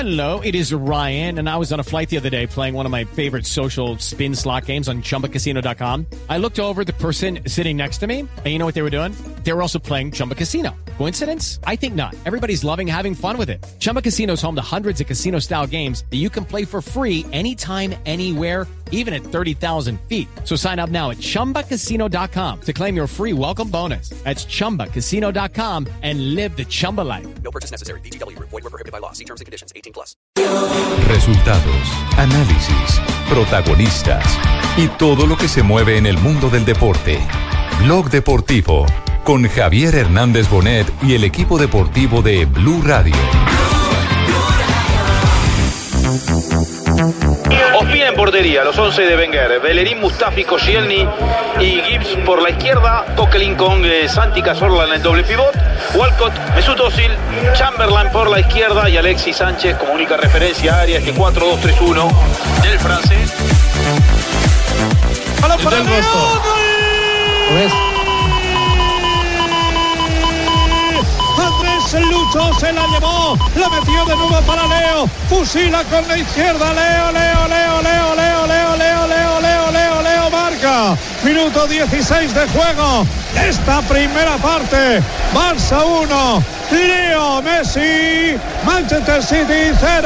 Hello, it is Ryan, and I was on a flight the other day playing one of my favorite social spin slot games on ChumbaCasino.com. I looked over at the person sitting next to me, and you know what they were doing? They were also playing Chumba Casino. Coincidence? I think not. Everybody's loving having fun with it. Chumba Casino is home to hundreds of casino-style games that you can play for free anytime, anywhere, even at 30,000 feet. So sign up now at ChumbaCasino.com to claim your free welcome bonus. That's ChumbaCasino.com and live the Chumba life. No purchase necessary. VGW. Void where prohibited by law. See terms and conditions. 18+. Resultados, análisis, protagonistas y todo lo que se mueve en el mundo del deporte. Blog Deportivo con Javier Hernández Bonet y el equipo deportivo de Blue Radio. Ospina en portería, los 11 de Wenger, Bellerín, Mustafi, Koscielny y Gibbs por la izquierda, Coquelin con Santi Cazorla en el doble pivot, Walcott, Mesut Özil, Chamberlain por la izquierda y Alexis Sánchez como única referencia área, este 4-2-3-1 del francés. ¡Balón para el Leo! Andrés Lucho se la llevó, la metió de nuevo para Leo, fusila con la izquierda, Leo, marca, minuto 16 de juego, esta primera parte, Barça 1, Leo Messi, Manchester City 0.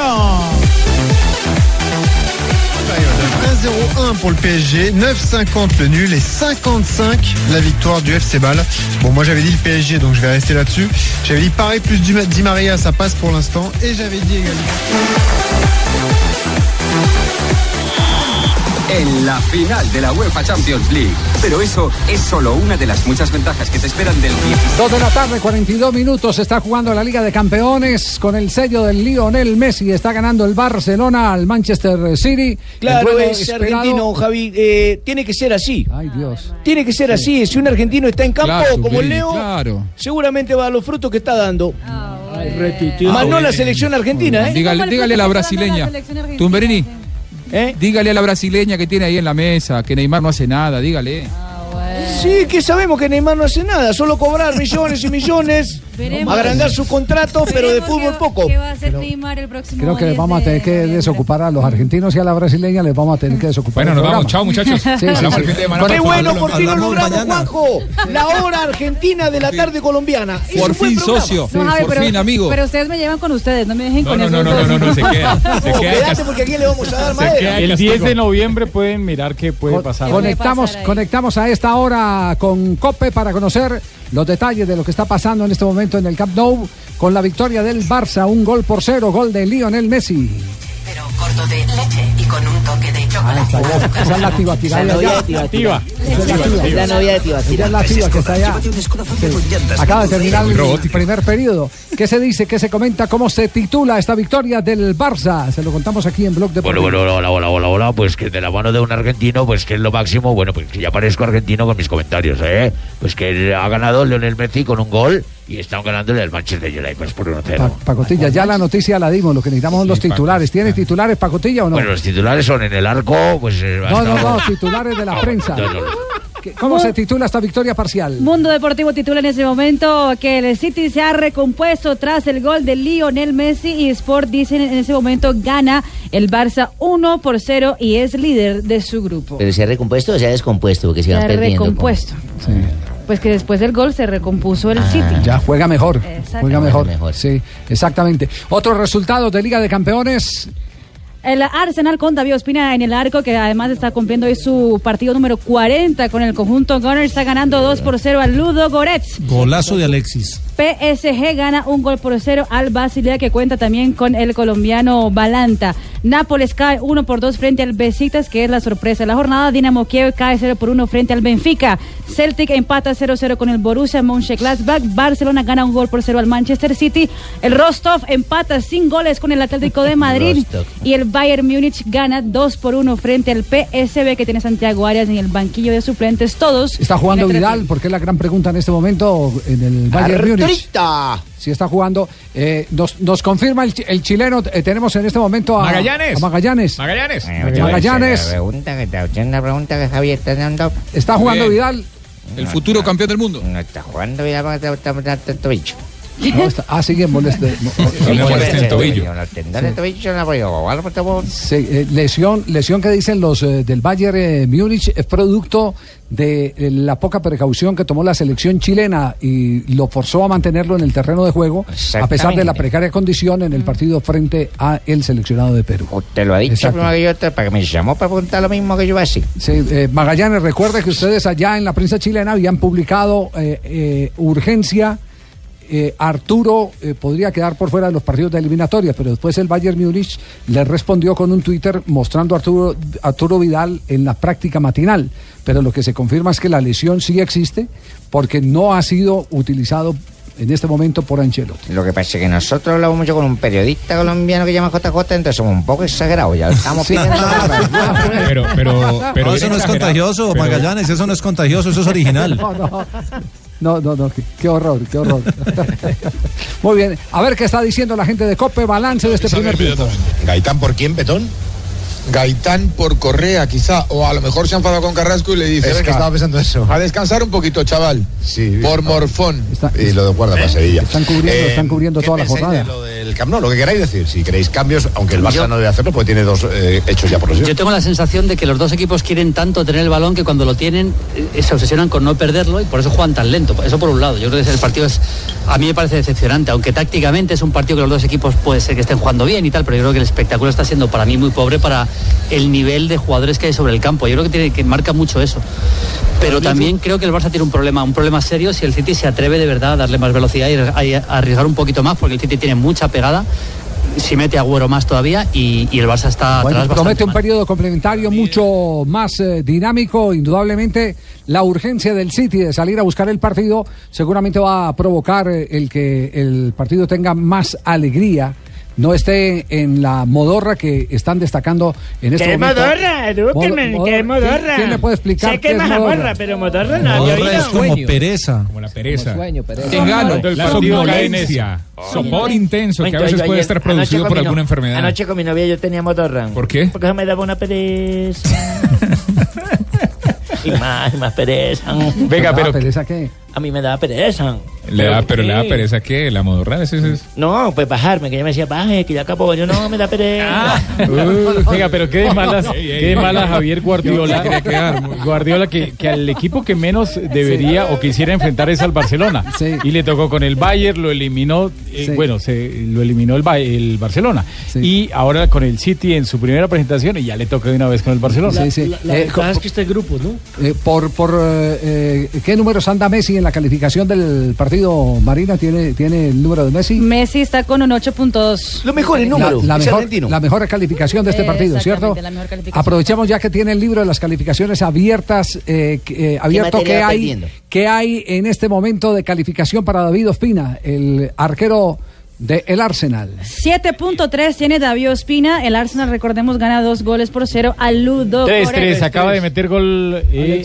1-0-1 pour le PSG, 9,50 le nul et 55 la victoire du FC Bâle. Bon, moi j'avais dit le PSG, donc je vais rester là-dessus. J'avais dit pareil plus Di Maria, ça passe pour l'instant. Et j'avais dit également... En la final de la UEFA Champions League. Pero eso es solo una de las muchas ventajas que te esperan del 16. 2 de la tarde, 42 minutos. Está jugando la Liga de Campeones con el sello del Lionel Messi. Está ganando el Barcelona al Manchester City. Claro, es argentino, Javi. Tiene que ser así. Ay, Dios. Tiene que ser así. Si un argentino está en campo, claro, como Leo, seguramente va a los frutos que está dando. Más no la selección argentina, ¿eh? Dígale a la brasileña. Tumberini. Dígale a la brasileña que tiene ahí en la mesa que Neymar no hace nada, dígale. Sí, que sabemos que Neymar no hace nada, solo cobrar millones y millones, agrandar su contrato, pero de fútbol poco. ¿Qué va a hacer Neymar el próximo? Creo que les vamos a tener que desocupar a los argentinos y a la brasileña, les vamos a tener que desocupar. Bueno, nos vamos, chao muchachos. Sí. Qué bueno, por fin lo logramos, Juanjo. La hora argentina de la tarde colombiana. Por fin, socio. Por fin, amigo. Pero ustedes me llevan con ustedes, no me dejen con eso. No, se queda. Quédate porque aquí le vamos a dar madera. El 10 de noviembre pueden mirar qué puede pasar. Conectamos a esta hora con COPE para conocer los detalles de lo que está pasando en este momento en el Camp Nou con la victoria del Barça, 1-0, gol de Lionel Messi. Pero corto de leche y con un toque de chocolate. Esa es la Tibativa. La novia de Tibativa. La novia de Tibativa. Ella es la Tiva que está allá. Acaba de terminar el primer periodo. ¿Qué se dice? ¿Qué se comenta? ¿Cómo se titula esta victoria del Barça? Se lo contamos aquí en Blog Deportivo. Bueno, hola, pues que de la mano de un argentino, pues que es lo máximo, bueno, pues que ya parezco argentino con mis comentarios, pues que ha ganado Lionel Messi con un gol y están ganándole al Manchester United, pues por 1-0. Pacotilla, ya la noticia la dimos, lo que necesitamos son los titulares. ¿Tienes titulares, Pacotilla, o no? Bueno, los titulares son en el arco, pues... No, titulares de la prensa. ¿Cómo se titula esta victoria parcial? Mundo Deportivo titula en ese momento que el City se ha recompuesto tras el gol de Lionel Messi y Sport dicen en ese momento gana el Barça 1-0 y es líder de su grupo. ¿Pero se ha recompuesto o se ha descompuesto? Porque se van perdiendo. Recompuesto. Sí. Pues que después del gol se recompuso el City. Ya juega mejor. Juega mejor. Sí, exactamente. Otros resultados de Liga de Campeones. El Arsenal con David Ospina en el arco, que además está cumpliendo hoy su partido número 40 con el conjunto Gunners, está ganando 2-0 al Ludogorets. Golazo de Alexis. PSG gana 1-0 al Basilea, que cuenta también con el colombiano Balanta. Nápoles cae 1-2 frente al Besiktas, que es la sorpresa de la jornada. Dinamo Kiev cae 0-1 frente al Benfica. Celtic empata 0-0 con el Borussia Mönchengladbach. Barcelona gana 1-0 al Manchester City. El Rostov empata sin goles con el Atlético de Madrid. Y el Bayern Múnich gana 2-1 frente al PSV, que tiene Santiago Arias en el banquillo de suplentes. Todos. ¿Está jugando Vidal? Porque es la gran pregunta en este momento en el Bayern Múnich. Sí está jugando. Nos confirma el chileno. Tenemos en este momento a Magallanes. Una pregunta que Javier está dando. ¿Está jugando Vidal? El futuro campeón del mundo. No está jugando Vidal, tanto bicho. No, sigue molesto. Molesta en el tobillo. Lesión que dicen los del Bayern Múnich es producto de la poca precaución que tomó la selección chilena y lo forzó a mantenerlo en el terreno de juego a pesar de la precaria condición en el partido frente a el seleccionado de Perú. Te lo ha dicho primero que yo, para que me llamó para preguntar lo mismo que yo así. Sí, Magallanes, recuerde que ustedes allá en la prensa chilena habían publicado urgencia. Arturo podría quedar por fuera de los partidos de eliminatoria, pero después el Bayern Múnich le respondió con un Twitter mostrando a Arturo Vidal en la práctica matinal, pero lo que se confirma es que la lesión sí existe porque no ha sido utilizado en este momento por Ancelotti. Lo que pasa es que nosotros hablamos mucho con un periodista colombiano que llama JJ, entonces somos un poco exagerados, ya estamos pidiendo pero eso no es contagioso, Magallanes, eso no es contagioso, eso es original. No, qué horror. Muy bien, a ver qué está diciendo la gente de COPE, balance de este primer tiempo. ¿Gaitán por quién, Petón? Gaitán por Correa, quizá, o a lo mejor se ha enfadado con Carrasco y le dice... Es que estaba pensando eso. A descansar un poquito, chaval. Sí. Por Morfón. Y lo de guarda para Sevilla. Están cubriendo toda la jornada. Lo del Camp Nou, lo que queráis decir. Si queréis cambios, aunque el Barça no debe hacerlo, porque tiene dos hechos ya por lesión. Yo tengo la sensación de que los dos equipos quieren tanto tener el balón que cuando lo tienen se obsesionan con no perderlo y por eso juegan tan lento. Eso por un lado. Yo creo que el partido a mí me parece decepcionante, aunque tácticamente es un partido que los dos equipos puede ser que estén jugando bien y tal, pero yo creo que el espectáculo está siendo para mí muy pobre para el nivel de jugadores que hay sobre el campo. Yo creo que marca mucho eso. Pero también creo que el Barça tiene un problema serio si el City se atreve de verdad a darle más velocidad y a arriesgar un poquito más, porque el City tiene mucha pegada. Si mete a Agüero más todavía y el Barça está atrás. Promete un periodo complementario mucho más dinámico. Indudablemente la urgencia del City de salir a buscar el partido seguramente va a provocar el que el partido tenga más alegría, no esté en la modorra que están destacando en este momento. ¿Qué modorra? ¿Quién me puede explicar sé que es modorra, pero modorra no había oído. Es como pereza. Como la pereza. Pereza. Engano, la somnolencia, sopor intenso que a veces puede estar producido por alguna enfermedad. Anoche con mi novia yo tenía modorra. ¿Por qué? Porque me daba una pereza. Y más pereza. Venga, pero ¿pereza qué? A mí me daba pereza. ¿Le da pereza qué? ¿La modorra? ¿Eso es? No, pues bajarme, que ella me decía, baje, que ya acabó. Yo no, me da pereza. Venga, pero qué de malas Javier Guardiola. Guardiola que al equipo que menos debería o quisiera enfrentar es al Barcelona. Sí. Y le tocó con el Bayern, lo eliminó, lo eliminó el Barcelona. Sí. Y ahora con el City en su primera presentación y ya le toca de una vez con el Barcelona. La verdad es que este grupo, ¿no? ¿Qué números anda Messi en la calificación del partido? Marina, ¿tiene el número de Messi? Messi está con un 8.2. Lo mejor el número. La mejor calificación de este partido, ¿cierto? La mejor calificación. Aprovechamos ya que tiene el libro de las calificaciones abiertas, abierto ¿qué hay en este momento de calificación para David Ospina, el arquero del Arsenal? 7.3 tiene David Ospina. El Arsenal, recordemos, gana 2-0 al Ludo. 3-3, acaba de meter gol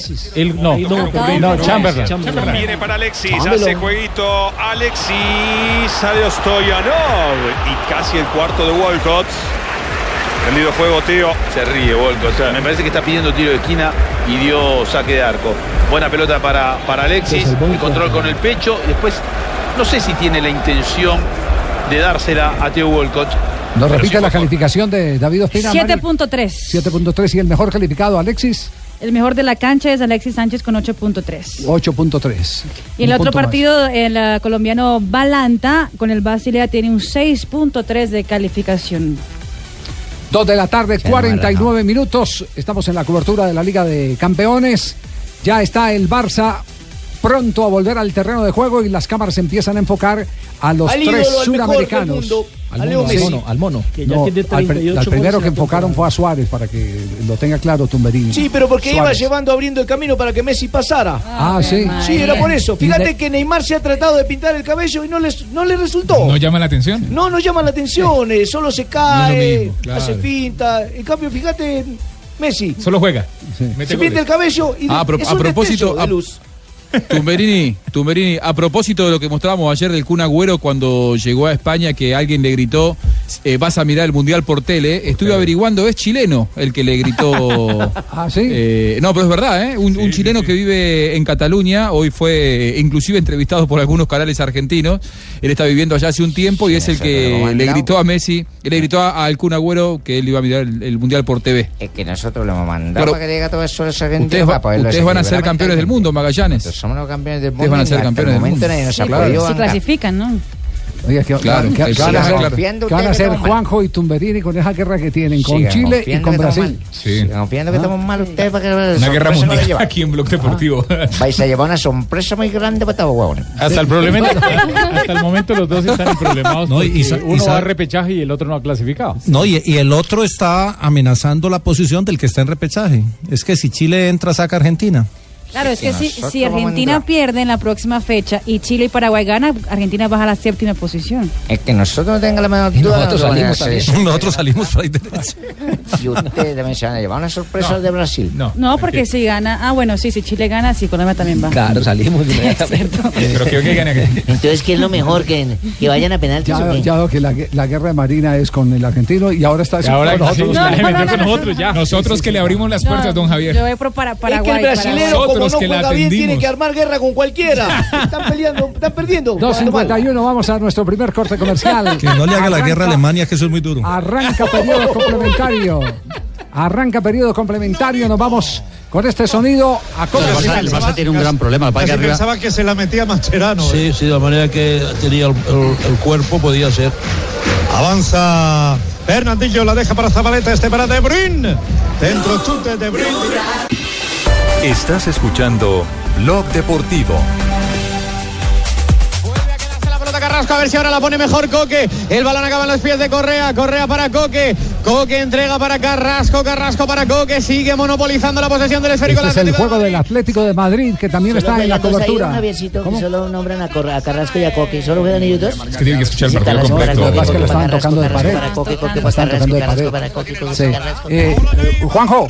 Chamberlain. Viene para Alexis, hace jueguito Alexis, adiós Stoyanov y casi el cuarto de Walcott. Rendido juego, Teo. Se ríe Walcott. Me parece que está pidiendo tiro de esquina y dio saque de arco. Buena pelota para Alexis, el control con el pecho y después no sé si tiene la intención de dársela a Theo Walcott. ¿Nos repite la calificación de David Ospina? 7.3. 7.3 y el mejor calificado, Alexis. El mejor de la cancha es Alexis Sánchez con 8.3. 8.3. Y el otro partido, el colombiano Balanta, con el Basilea, tiene un 6.3 de calificación. 2 de la tarde, 49 minutos. Estamos en la cobertura de la Liga de Campeones. Ya está el Barça pronto a volver al terreno de juego y las cámaras empiezan a enfocar a los tres suramericanos. Al mono. Al primero que enfocaron fue a Suárez, para que lo tenga claro Tumberini. Sí, pero porque Suárez iba abriendo el camino para que Messi pasara. Sí. Sí, era por eso. Fíjate que Neymar se ha tratado de pintar el cabello y no le resultó. ¿No llama la atención? No llama la atención. Solo se cae, hace finta. En cambio, fíjate, Messi. Solo juega. Se pinta el cabello y a propósito, de luz. Tumberini, a propósito de lo que mostrábamos ayer del Kun Agüero cuando llegó a España, que alguien le gritó, vas a mirar el Mundial por tele, estuve averiguando, es chileno el que le gritó. ¿Ah, sí? No, pero es verdad, un chileno que vive en Cataluña, hoy fue inclusive entrevistado por algunos canales argentinos, él está viviendo allá hace un tiempo y es el que le gritó a Messi, le gritó al Kun Agüero que él iba a mirar el Mundial por TV. Es que nosotros le hemos mandado Pero para que diga todo eso a los argentinos. Ustedes van a ser campeones del mundo, Magallanes. Somos los campeones del mundo. Ustedes van a ser campeones del mundo. Nadie nos Sí, apoyó, pero si banca. clasifican, ¿no? Oiga, ¿qué van a hacer Juanjo y Tumberini con esa guerra que tienen con Sigan Chile y confiando con que estamos Brasil? mal. Sigan confiando que estamos mal ustedes para que Una guerra mundial aquí en Blog Deportivo. Vais a llevar una sorpresa muy grande para todos, huevones. Hasta el momento los dos están problemados porque uno va a repechaje y el otro no ha clasificado. No, y el otro está amenazando la posición del que está en repechaje. Es que si Chile entra, saca a Argentina. Claro, es que si Argentina pierde en la próxima fecha y Chile y Paraguay ganan, Argentina baja a la 7ª posición. Es que nosotros no tengamos la menor duda. Nosotros salimos por ahí derecho. Y ustedes también se van a llevar una sorpresa de Brasil. No, porque si gana, si Chile gana, sí, Colombia también va. Claro, salimos inmediatamente. Pero creo que gane. Entonces, ¿qué es lo mejor? ¿Que vayan a penaltis o qué? Ya veo que la guerra de Marina es con el argentino y ahora está ahora con nosotros. Nosotros que le abrimos las puertas, don Javier. Yo voy por Paraguay. Es que el brasilero, como no que la juega bien, atendimos. tiene que armar guerra con cualquiera. Están peleando, están perdiendo. 2:51, vamos a nuestro primer corte comercial. Que no le haga la guerra a Alemania, que eso es muy duro. Arranca periodo complementario. Nos vamos con este sonido a El Barça tiene un gran problema. Casi pensaba que se la metía Mascherano. Sí, de la manera que tenía el cuerpo podía ser. Avanza Fernandinho, la deja para Zabaleta, para De Bruyne. Dentro chute De Bruyne. Estás escuchando Blog Deportivo. Carrasco, a ver si ahora la pone mejor Coque. El balón acaba en los pies de Correa. Correa para Coque. Coque entrega para Carrasco. Carrasco para Coque. Sigue monopolizando la posesión del esférico. Este es el juego del Atlético de Madrid, que también está en la cobertura. ¿Cómo? Solo nombran a Carrasco y a Coque. ¿Solo juegan ellos dos? Es que tienen que escuchar el partido completo. Lo que pasa es que lo estaban tocando de pared. Juanjo.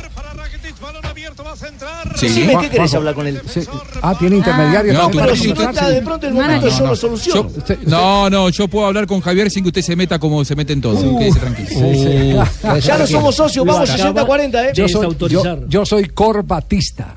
Sí, ¿qué querés hablar con él? Sí. Tiene intermediario. No, pero si tú estás de pronto el momento es solo solución. Yo puedo hablar con Javier sin que usted se meta como se mete en todo. Quédese tranquilo. Ya no somos socios, vamos 60-40, Yo soy corbatista.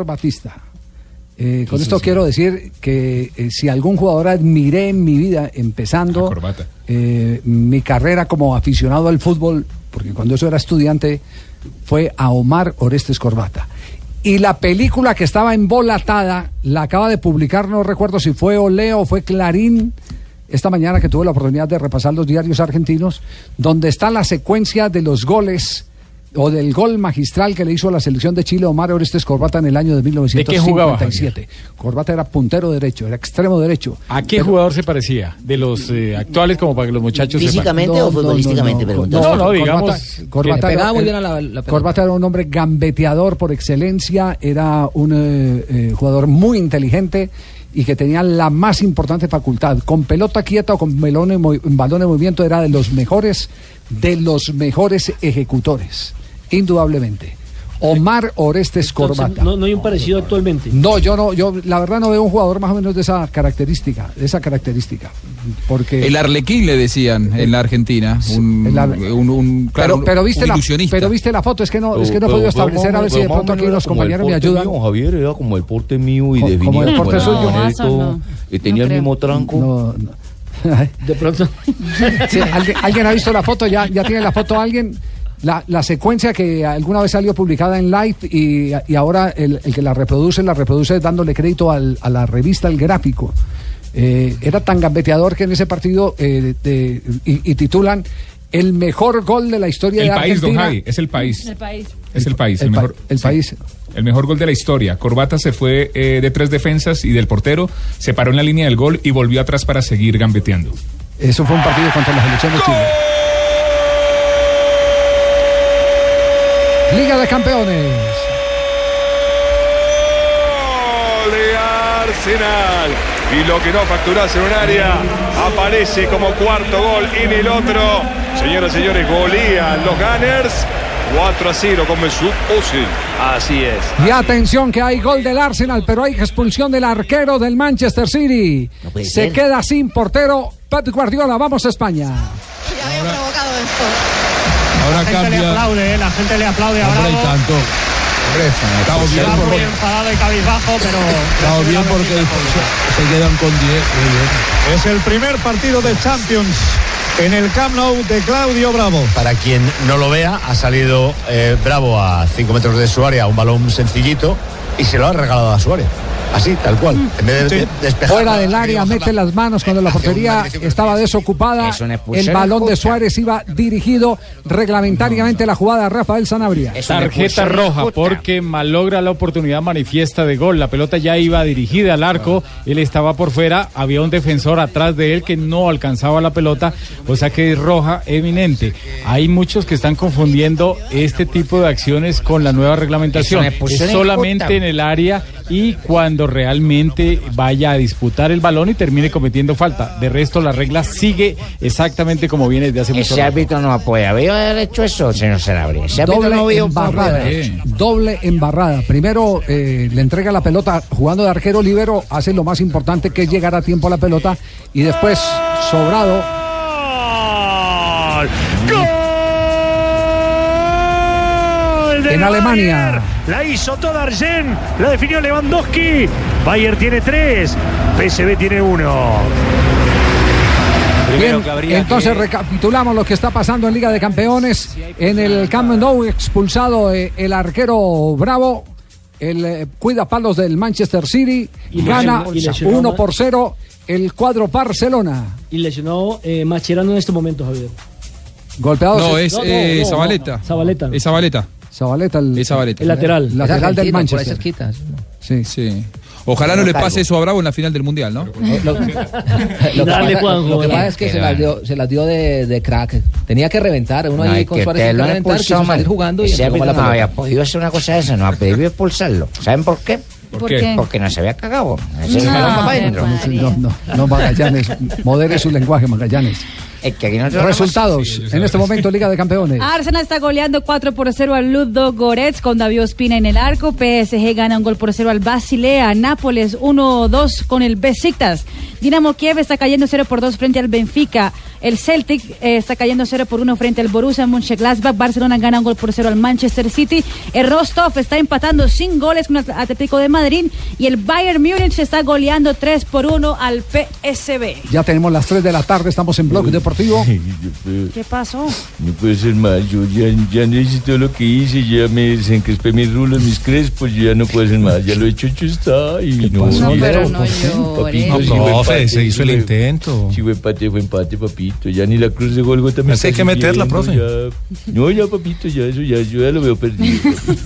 Con esto quiero decir que si algún jugador admiré en mi vida, empezando mi carrera como aficionado al fútbol, porque cuando eso era estudiante, fue a Omar Orestes Corbata. Y la película que estaba embolatada la acaba de publicar, no recuerdo si fue Olé o fue Clarín, esta mañana que tuve la oportunidad de repasar los diarios argentinos, donde está la secuencia de los goles o del gol magistral que le hizo a la selección de Chile Omar Orestes Corbata en el año de 1957. ¿De qué jugaba? Corbata era puntero derecho, era extremo derecho. ¿A qué jugador se parecía? De los actuales, como para que los muchachos ¿físicamente o futbolísticamente? No, digamos. Corbata pegaba muy bien a la pelota. Corbata era un hombre gambeteador por excelencia, era un jugador muy inteligente y que tenía la más importante facultad. Con pelota quieta o con balón en movimiento era de los mejores ejecutores. Indudablemente. Omar Orestes Corbata. No hay un parecido actualmente. No, yo la verdad no veo un jugador más o menos de esa característica. Porque el Arlequín le decían en la Argentina, pero viste ilusionista. Pero viste la foto, es que no he podido establecer, a ver si de pronto aquí los compañeros me ayudan. Javier era como el porte mío y de como el porte suyo. Y tenía el mismo tranco. De pronto. Sí, ¿alguien ha visto la foto? ¿Ya tiene la foto alguien? La secuencia que alguna vez salió publicada en Live y ahora el que la reproduce dándole crédito a la revista El Gráfico. Era tan gambeteador que en ese partido y titulan el mejor gol de la historia de Argentina. El país, don Javi, es el país. Es el país. El mejor gol de la historia. Corbata se fue de 3 defensas y del portero, se paró en la línea del gol y volvió atrás para seguir gambeteando. Eso fue un partido contra la selección de Chile. Liga de Campeones. Gol de Arsenal. Y lo que no facturase en un área aparece como cuarto gol en el otro. Señoras y señores, golean los Gunners 4-0 con Mesut Özil. Así es. Y atención que hay gol del Arsenal, pero hay expulsión del arquero del Manchester City. Se queda sin portero Pep Guardiola. Vamos a España. Ya había provocado esto. Ahora la gente cambia. le aplaude, la gente le aplaude a Hombre, y Bravo. tanto. Estamos bien, Está muy enfadado y cabizbajo, pero... estamos bien porque se quedan con 10. Es el primer partido de Champions en el Camp Nou de Claudio Bravo. Para quien no lo vea, ha salido Bravo a 5 metros de su área, un balón sencillito, y se lo ha regalado a Suárez. Así, tal cual. En vez de despejar. Fuera del área, mete las manos cuando la portería estaba desocupada. El balón de Suárez iba dirigido reglamentariamente la jugada de Rafael Sanabria. Tarjeta roja porque malogra la oportunidad manifiesta de gol. La pelota ya iba dirigida al arco, él estaba por fuera, había un defensor atrás de él que no alcanzaba la pelota, o sea que es roja eminente. Hay muchos que están confundiendo este tipo de acciones con la nueva reglamentación. Es solamente en el área y cuando realmente vaya a disputar el balón y termine cometiendo falta. De resto, la regla sigue exactamente como viene desde hace mucho Ese tiempo. árbitro no puede haber hecho eso, señor Sanabria. Ese árbitro no Doble vio embarrada, doble embarrada. Primero le entrega la pelota jugando de arquero libero, hace lo más importante que es llegar a tiempo a la pelota y después sobrado. En Alemania. La hizo toda Arjen, la definió Lewandowski. Bayern tiene 3, PSV tiene 1. Bien, entonces recapitulamos lo que está pasando en Liga de Campeones. En el Camp Nou expulsado el arquero Bravo, el cuidapalos del Manchester City, y gana 1-0 el cuadro Barcelona. Y lesionó Mascherano en este momento, Javier. Golpeado. No, es Zabaleta. Zabaleta. Es Zabaleta. Zabaleta, el lateral. Lateral del Manchester. Sí. Ojalá no le pase eso a Bravo en la final del Mundial, ¿no? Lo que pasa es que se las dio de crack. Tenía que reventar. Uno ahí con Suárez tenía que reventar, quiso salir jugando y ese árbitro no la había podido hacer una cosa de esa, no ha podido expulsarlo. ¿Saben por qué? ¿Por qué? Porque no se había cagado. No, Magallanes. Modere su lenguaje, Magallanes. Resultados en este momento, Liga de Campeones. Arsenal está goleando 4-0 al Ludo Goretz con David Ospina en el arco. PSG gana 1-0 al Basilea. Nápoles 1-2 con el Besiktas. Dinamo Kiev está cayendo 0-2 frente al Benfica. El Celtic está cayendo 0-1 frente al Borussia Mönchengladbach. Barcelona gana 1-0 al Manchester City. El Rostov está empatando sin goles con el Atlético de Madrid. Y el Bayern Múnich está goleando 3-1 al PSV. Ya tenemos las 3 de la tarde, estamos en Blog Deportivo. ¿Qué pasó? No puede ser más, yo ya necesito lo que hice, ya me desencrespé mis rulos, mis crespos, yo ya no puedo hacer más, ya lo he hecho está y no. Pero no llores. No, profe, se hizo el intento. Si fue empate, papito, ya ni la cruz de Golgota me está hay que meterla, profe. No, ya, papito, ya eso, ya, yo ya lo veo perdido.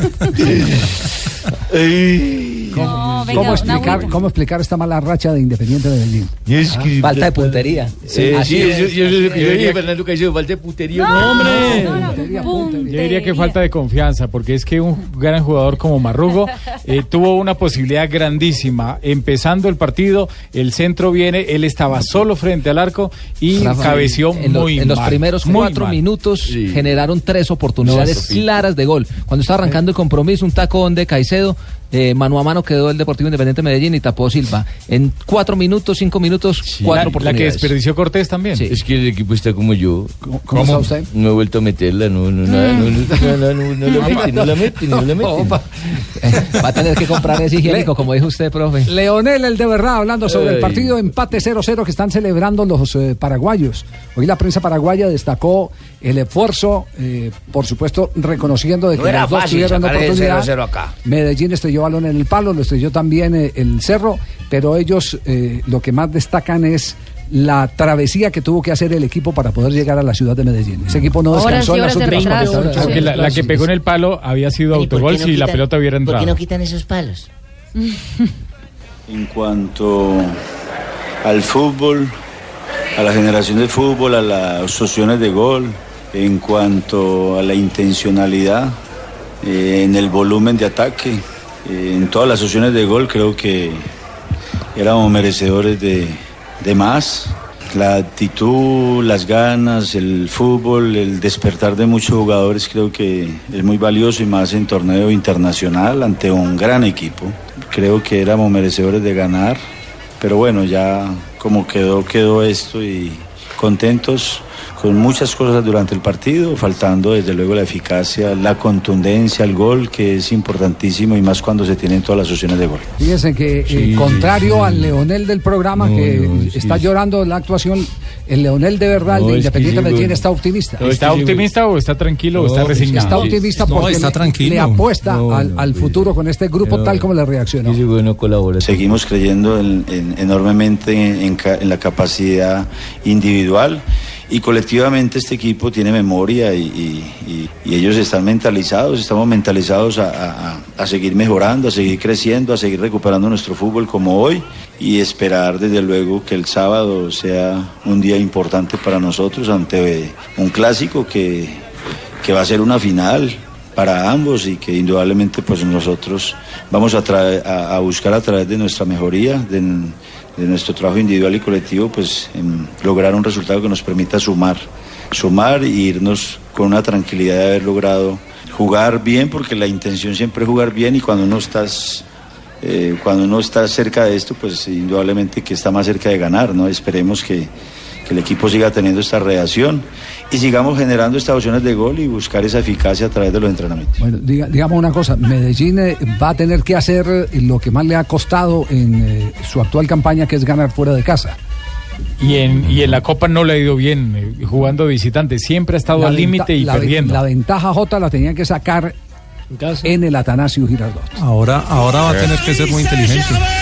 ¿Cómo explicar esta mala racha de Independiente de Medellín? Falta de puntería. Sí, eso es lo que yo dije, Fernando Caicedo, falta de puntería. No, hombre. Yo diría que falta de confianza, porque es que un gran jugador como Marrugo tuvo una posibilidad grandísima. Empezando el partido, el centro viene, él estaba solo frente al arco y cabeció muy mal. En los primeros 4 minutos generaron 3 oportunidades claras de gol. Cuando estaba arrancando el compromiso, un tacón de Caicedo, mano a mano quedó el Deportivo Independiente Medellín y tapó Silva. En 4 minutos, 5 minutos, 4 oportunidades. La que desperdició Cortés también. Sí. Es que el equipo está como yo. ¿Cómo está usted? No he vuelto a meterla, no la mete. Va a tener que comprar ese higiénico, como dijo usted, profe. Leonel, el de verdad, hablando sobre el partido empate 0-0 que están celebrando los paraguayos. Hoy la prensa paraguaya destacó el esfuerzo, por supuesto, reconociendo de que los dos tuvieron oportunidad. 0-0 acá. Medellín estrelló balón en el palo, lo estrelló también el Cerro, pero ellos lo que más destacan es la travesía que tuvo que hacer el equipo para poder llegar a la ciudad de Medellín. Ese equipo no descansó en las últimas 48 horas. Aunque la que pegó en el palo había sido autogol si la pelota hubiera entrado. ¿Por qué no quitan esos palos? En cuanto al fútbol, a la generación de fútbol, a las opciones de gol, en cuanto a la intencionalidad, en el volumen de ataque, en todas las opciones de gol, creo que éramos merecedores de más. La actitud, las ganas, el fútbol, el despertar de muchos jugadores creo que es muy valioso y más en torneo internacional ante un gran equipo. Creo que éramos merecedores de ganar, pero bueno, ya como quedó esto y contentos con muchas cosas durante el partido, faltando desde luego la eficacia, la contundencia, el gol, que es importantísimo y más cuando se tienen todas las opciones de gol. Fíjense que contrario al Leonel del programa está llorando la actuación, el Leonel de verdad, el de Independiente Medellín, está optimista. ¿Está optimista o está tranquilo o está resignado? Está optimista porque está tranquilo. le apuesta al futuro con este grupo tal como le reaccionó. Seguimos creyendo enormemente en la capacidad individual. Y colectivamente este equipo tiene memoria y ellos están mentalizados, estamos mentalizados a seguir mejorando, a seguir creciendo, a seguir recuperando nuestro fútbol como hoy y esperar desde luego que el sábado sea un día importante para nosotros ante un clásico que va a ser una final para ambos y que indudablemente pues nosotros vamos a buscar a través de nuestra mejoría, de nuestro trabajo individual y colectivo, pues lograr un resultado que nos permita sumar e irnos con una tranquilidad de haber logrado jugar bien, porque la intención siempre es jugar bien y cuando uno está cerca de esto, pues indudablemente que está más cerca de ganar, ¿no? Esperemos que el equipo siga teniendo esta reacción y sigamos generando estas opciones de gol y buscar esa eficacia a través de los entrenamientos. Bueno, digamos una cosa, Medellín va a tener que hacer lo que más le ha costado en su actual campaña, que es ganar fuera de casa. Y en la Copa no le ha ido bien jugando de visitante, siempre ha estado al límite y perdiendo. La ventaja J la tenían que sacar en el Atanasio Girardot. Ahora va a tener que ser muy inteligente.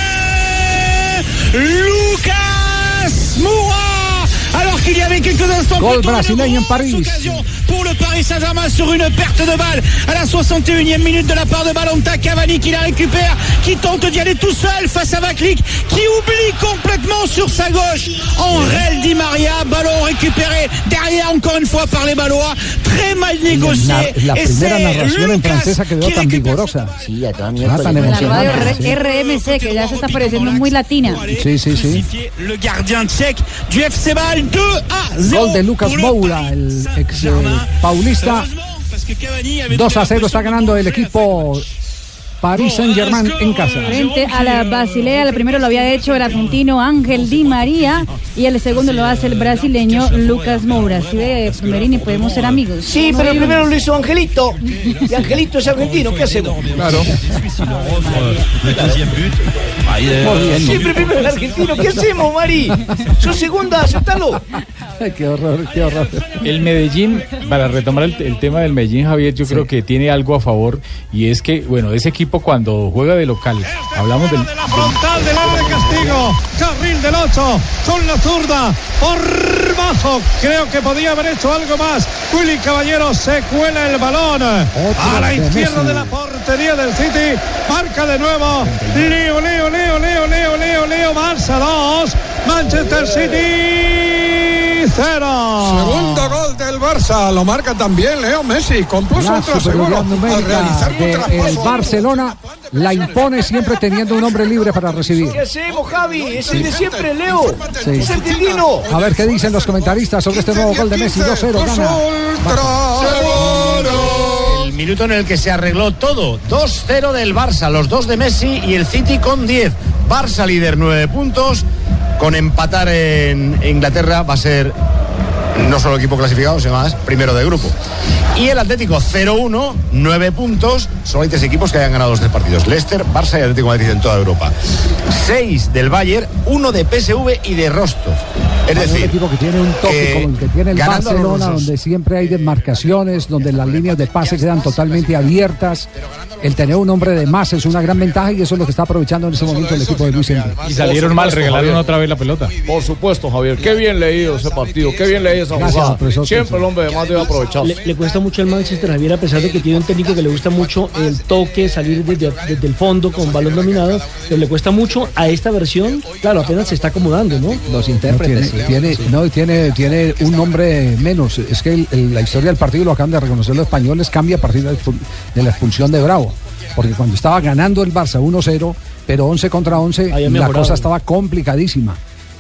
Lucas Moura. Alors qu'il y avait quelques instants gol brasileño en París. Pour le Paris Saint-Germain sur une perte de balle à la 61e minute de la part de Balanta. Cavani qui la récupère, qui tente d'y aller tout seul face à Vaclik, qui oublie complètement sur sa gauche Angel Di Maria. Ballon récupéré derrière encore une fois par les Ballois, très mal négocié. La primera narración en francesa quedó tan vigorosa. Sí, ya también. La radio RMC, que ya se está pareciendo muy latina. Sí. Le gardien tchèque du FC Bâle, 2-0. Gol de Lucas Moura, el ex paulista. 2-0 está ganando el equipo Paris Saint-Germain en casa. Frente a la Basilea, el primero lo había hecho el argentino Ángel Di María y el segundo lo hace el brasileño Lucas Moura. Si ve, Merini, podemos ser amigos. Sí, pero el primero lo hizo Angelito. Y Angelito es argentino, ¿qué hacemos? Claro. Siempre primero el argentino, ¿qué hacemos, Mari? Su segunda, aceptalo. Qué horror. El Medellín, para retomar el tema del Medellín, Javier, yo creo que tiene algo a favor y es que, bueno, ese equipo cuando juega de local, hablamos del frontal del área de castigo, carril del 8 con la zurda por bajo, creo que podía haber hecho algo más. Willy Caballero se cuela el balón a la izquierda de la portería del City, marca de nuevo Leo, Barça 2, Manchester City 0. Segundo gol del Barça, lo marca también Leo Messi, compuso otro segundo al realizar un traspaso. El Barcelona la impone siempre teniendo un hombre libre para recibir. ¿Qué hacemos, Javi? Es el de siempre, Leo. Sí. Es argentino. A ver qué dicen los comentaristas sobre este nuevo gol de Messi. 2-0 gana. El minuto en el que se arregló todo. 2-0 del Barça, los dos de Messi y el City con 10. Barça líder 9 puntos. Con empatar en Inglaterra va a ser no solo equipo clasificado, sino más primero de grupo. Y el Atlético 0-1, 9 puntos. Solo hay 3 equipos que hayan ganado los 3 partidos: Leicester, Barça y Atlético de Madrid en toda Europa. 6 del Bayern, 1 de PSV y de Rostov. Es decir, un equipo que tiene un toque como el que tiene el Barcelona, donde siempre hay desmarcaciones, donde las líneas de pase quedan totalmente abiertas. El tener un hombre de más es una gran ventaja y eso es lo que está aprovechando en ese momento el equipo de Luis Enrique. Y salieron mal, regalaron otra vez la pelota. Por supuesto, Javier. Qué bien leído ese partido, qué bien leído esa jugada. Siempre el hombre de más debe aprovechar. Le cuesta mucho el Manchester, Javier, a pesar de que tiene un técnico que le gusta mucho el toque, salir desde el fondo con balón dominado, pero le cuesta mucho a esta versión. Claro, apenas se está acomodando, ¿no? Los intérpretes. Tiene un nombre menos. Es que la historia del partido, lo acaban de reconocer los españoles, cambia a partir de la expulsión de Bravo. Porque cuando estaba ganando el Barça 1-0, pero 11 contra 11, la cosa estaba complicadísima.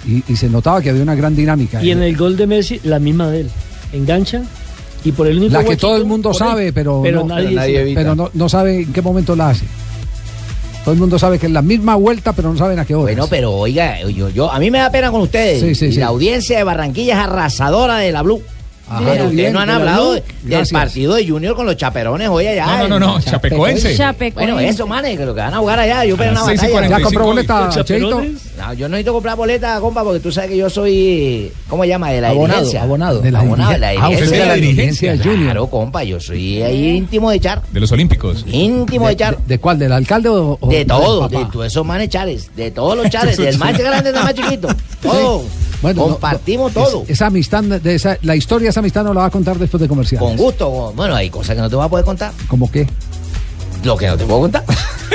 Y se notaba que había una gran dinámica. Y en el gol de Messi, la misma de él. Engancha y por el único la que todo el mundo sabe, pero no sabe en qué momento la hace. Todo el mundo sabe que es la misma vuelta, pero no saben a qué hora. Bueno, pero oiga, yo a mí me da pena con ustedes. Sí. La audiencia de Barranquilla es arrasadora de la Blue. Pero ustedes no han hablado del partido de Junior con los chaperones hoy allá. No, chapecoense. Bueno, eso, manes, que lo que van a jugar allá, yo pero una batalla. ¿Ya compró boleta, Cheito? No, yo no necesito comprar boleta, compa, porque tú sabes que yo soy, ¿cómo se llama? De la dirigencia. Abonado. De la dirigencia. de la dirigencia de Junior. Claro, compa, yo soy ahí íntimo de Char. De los Olímpicos. Íntimo de Char. ¿De cuál? ¿Del alcalde o de todo, de todos esos manes chares, de todos los chares, del más grande hasta más chiquito. Todo. Bueno, compartimos todo. Esa amistad, la historia de esa amistad nos la va a contar después de comerciales. Con gusto. Bueno, hay cosas que no te voy a poder contar. ¿Cómo qué? Lo que no te puedo contar.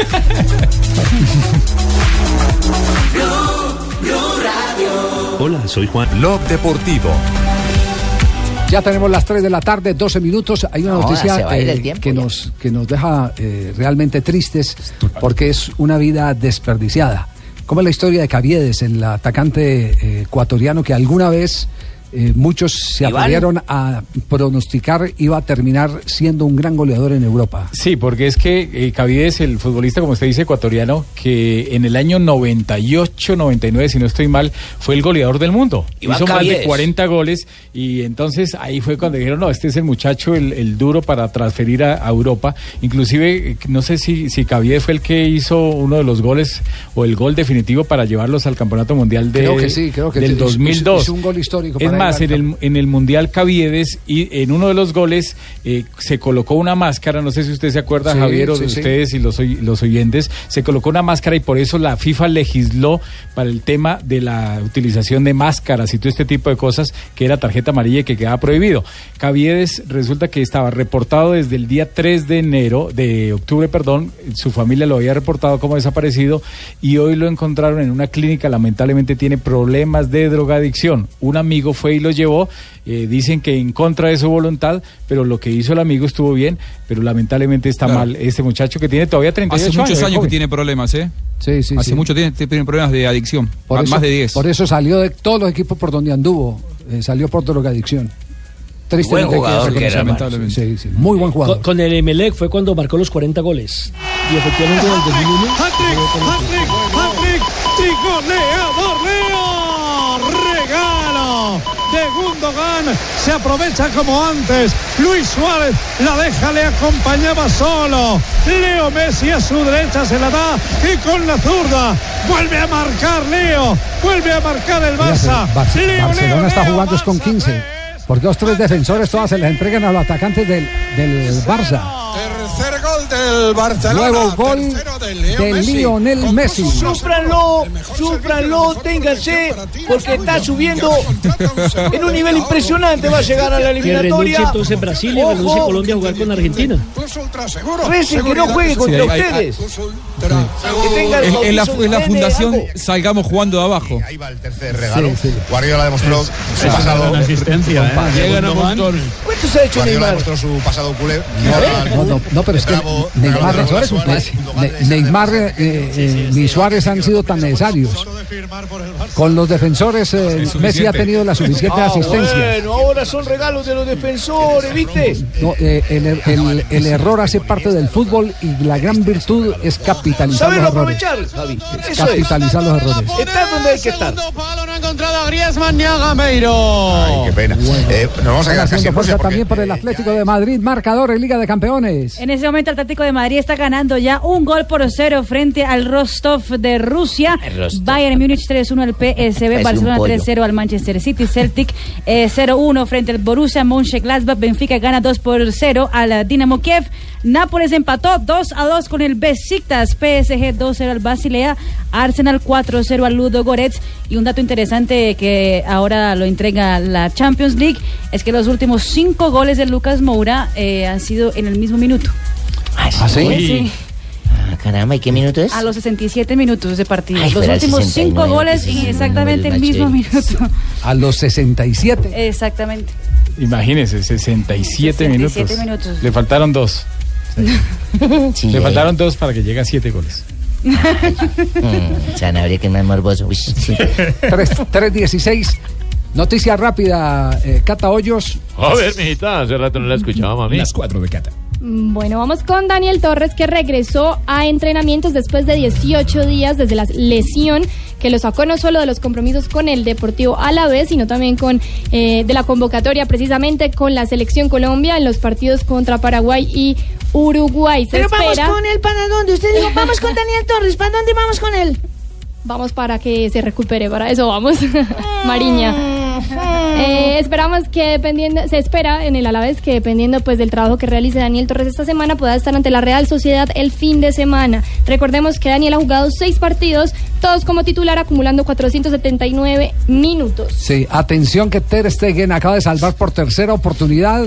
Hola, soy Juan. Blog Deportivo. Ya tenemos las 3 de la tarde, 12 minutos. Hay una noticia que nos deja realmente tristes porque es una vida desperdiciada. ¿Cómo es la historia de Caviedes, el atacante ecuatoriano que alguna vez muchos se atrevieron a pronosticar iba a terminar siendo un gran goleador en Europa? Sí, porque es que Caviedes, el futbolista, como usted dice, ecuatoriano, que en el año 98, 99, si no estoy mal, fue el goleador del mundo. Hizo más de 40 goles y entonces ahí fue cuando dijeron, no, este es el muchacho, el duro para transferir a Europa. Inclusive, no sé si Caviedes fue el que hizo uno de los goles o el gol definitivo para llevarlos al Campeonato Mundial creo que del 2002. Es un gol histórico para más, en el Mundial Caviedes, y en uno de los goles se colocó una máscara, no sé si usted se acuerda, Javier, o de ustedes y los oyentes, se colocó una máscara y por eso la FIFA legisló para el tema de la utilización de máscaras y todo este tipo de cosas, que era tarjeta amarilla y que quedaba prohibido. Caviedes resulta que estaba reportado desde el día 3 de octubre, su familia lo había reportado como desaparecido y hoy lo encontraron en una clínica, lamentablemente tiene problemas de drogadicción. Un amigo fue y lo llevó, dicen que en contra de su voluntad, pero lo que hizo el amigo estuvo bien, pero lamentablemente está mal este muchacho que tiene todavía 38 años. Hace muchos años que tiene problemas, Sí. Hace mucho tiene problemas de adicción, más de 10. Por eso salió de todos los equipos por donde anduvo, salió por drogadicción. Buen jugador que era, lamentablemente. Sí. Muy buen jugador. Con el Emelec fue cuando marcó los 40 goles. Y efectivamente en el 2001... ¡Hat-trick! ¡Y goleador Leo! ¡Regalo! De Gundogan, se aprovecha como antes. Luis Suárez la deja, le acompañaba solo. Leo Messi a su derecha se la da y con la zurda vuelve a marcar Leo, vuelve a marcar el Barça. Barcelona está jugando con 15. Porque los 3 defensores todas se les entregan a los atacantes del Barça. Tercer gol del Barcelona. Nuevo gol de Lionel Messi. Súfranlo, ténganse, porque está subiendo en un nivel impresionante. Va a llegar a la eliminatoria. Que renuncie en Brasil y renuncie Colombia a jugar con Argentina. Recen que no juegue contra ustedes. En la fundación salgamos jugando de abajo. Ahí va el tercer regalo. Guardiola demostró su pasado. ¿Cuánto se ha hecho Guardiola Neymar? demostró su pasado culé. No, pero es que Neymar ni Suárez han sido tan necesarios. Con los defensores Messi ha tenido la suficiente asistencia. Bueno, ahora son regalos de los defensores, ¿viste? No, el error hace parte del fútbol y la gran virtud es capitalizar los errores. Aprovechar, Javi. Capitalizar los errores. Está donde hay que estar. Palo no ha encontrado a Griezmann ni a Gameiro. Ay, qué pena. Nos vamos a quedar casi en fuerza también por el Atlético de Madrid, marcador en Liga de Campeones. En ese momento el Atlético de Madrid está ganando ya 1-0 frente al Rostov de Rusia. Bayern Múnich 3-1 al PSV, Barcelona 3-0 al Manchester City, Celtic 0-1 frente al Borussia Mönchengladbach, Benfica gana 2-0 al Dinamo Kiev, Nápoles empató 2-2 con el Besiktas, PSG 2-0 al Basilea, Arsenal 4-0 al Ludogorets. Y un dato interesante que ahora lo entrega la Champions League es que los últimos 5 goles de Lucas Moura han sido en el mismo minuto. ¿Ah, sí? Sí. Caramba, ¿y qué minuto es? A los 67 minutos de partido. Los últimos 5 goles en exactamente el mismo minuto. A los 67. Exactamente. Imagínese, 67 minutos. Le faltaron 2. Sí. Le faltaron 2 para que llegue a 7 goles. Zanahoria que es más morboso. 3:16. Noticia rápida, Cata Hoyos. A ver, mijita, hace rato no la escuchaba, mami. Las 4 de Cata. Bueno, vamos con Daniel Torres, que regresó a entrenamientos después de 18 días desde la lesión que lo sacó no solo de los compromisos con el Deportivo Alavés, sino también con de la convocatoria precisamente con la Selección Colombia en los partidos contra Paraguay y Uruguay. Pero vamos con él, ¿para dónde? Usted dijo, vamos con Daniel Torres, ¿para dónde vamos con él? Vamos para que se recupere, para eso vamos. Mariña. Esperamos que se espera en el Alavés que dependiendo pues del trabajo que realice Daniel Torres esta semana pueda estar ante la Real Sociedad el fin de semana. Recordemos que Daniel ha jugado 6 partidos, todos como titular, acumulando 479 minutos. Sí, atención que Ter Stegen acaba de salvar por tercera oportunidad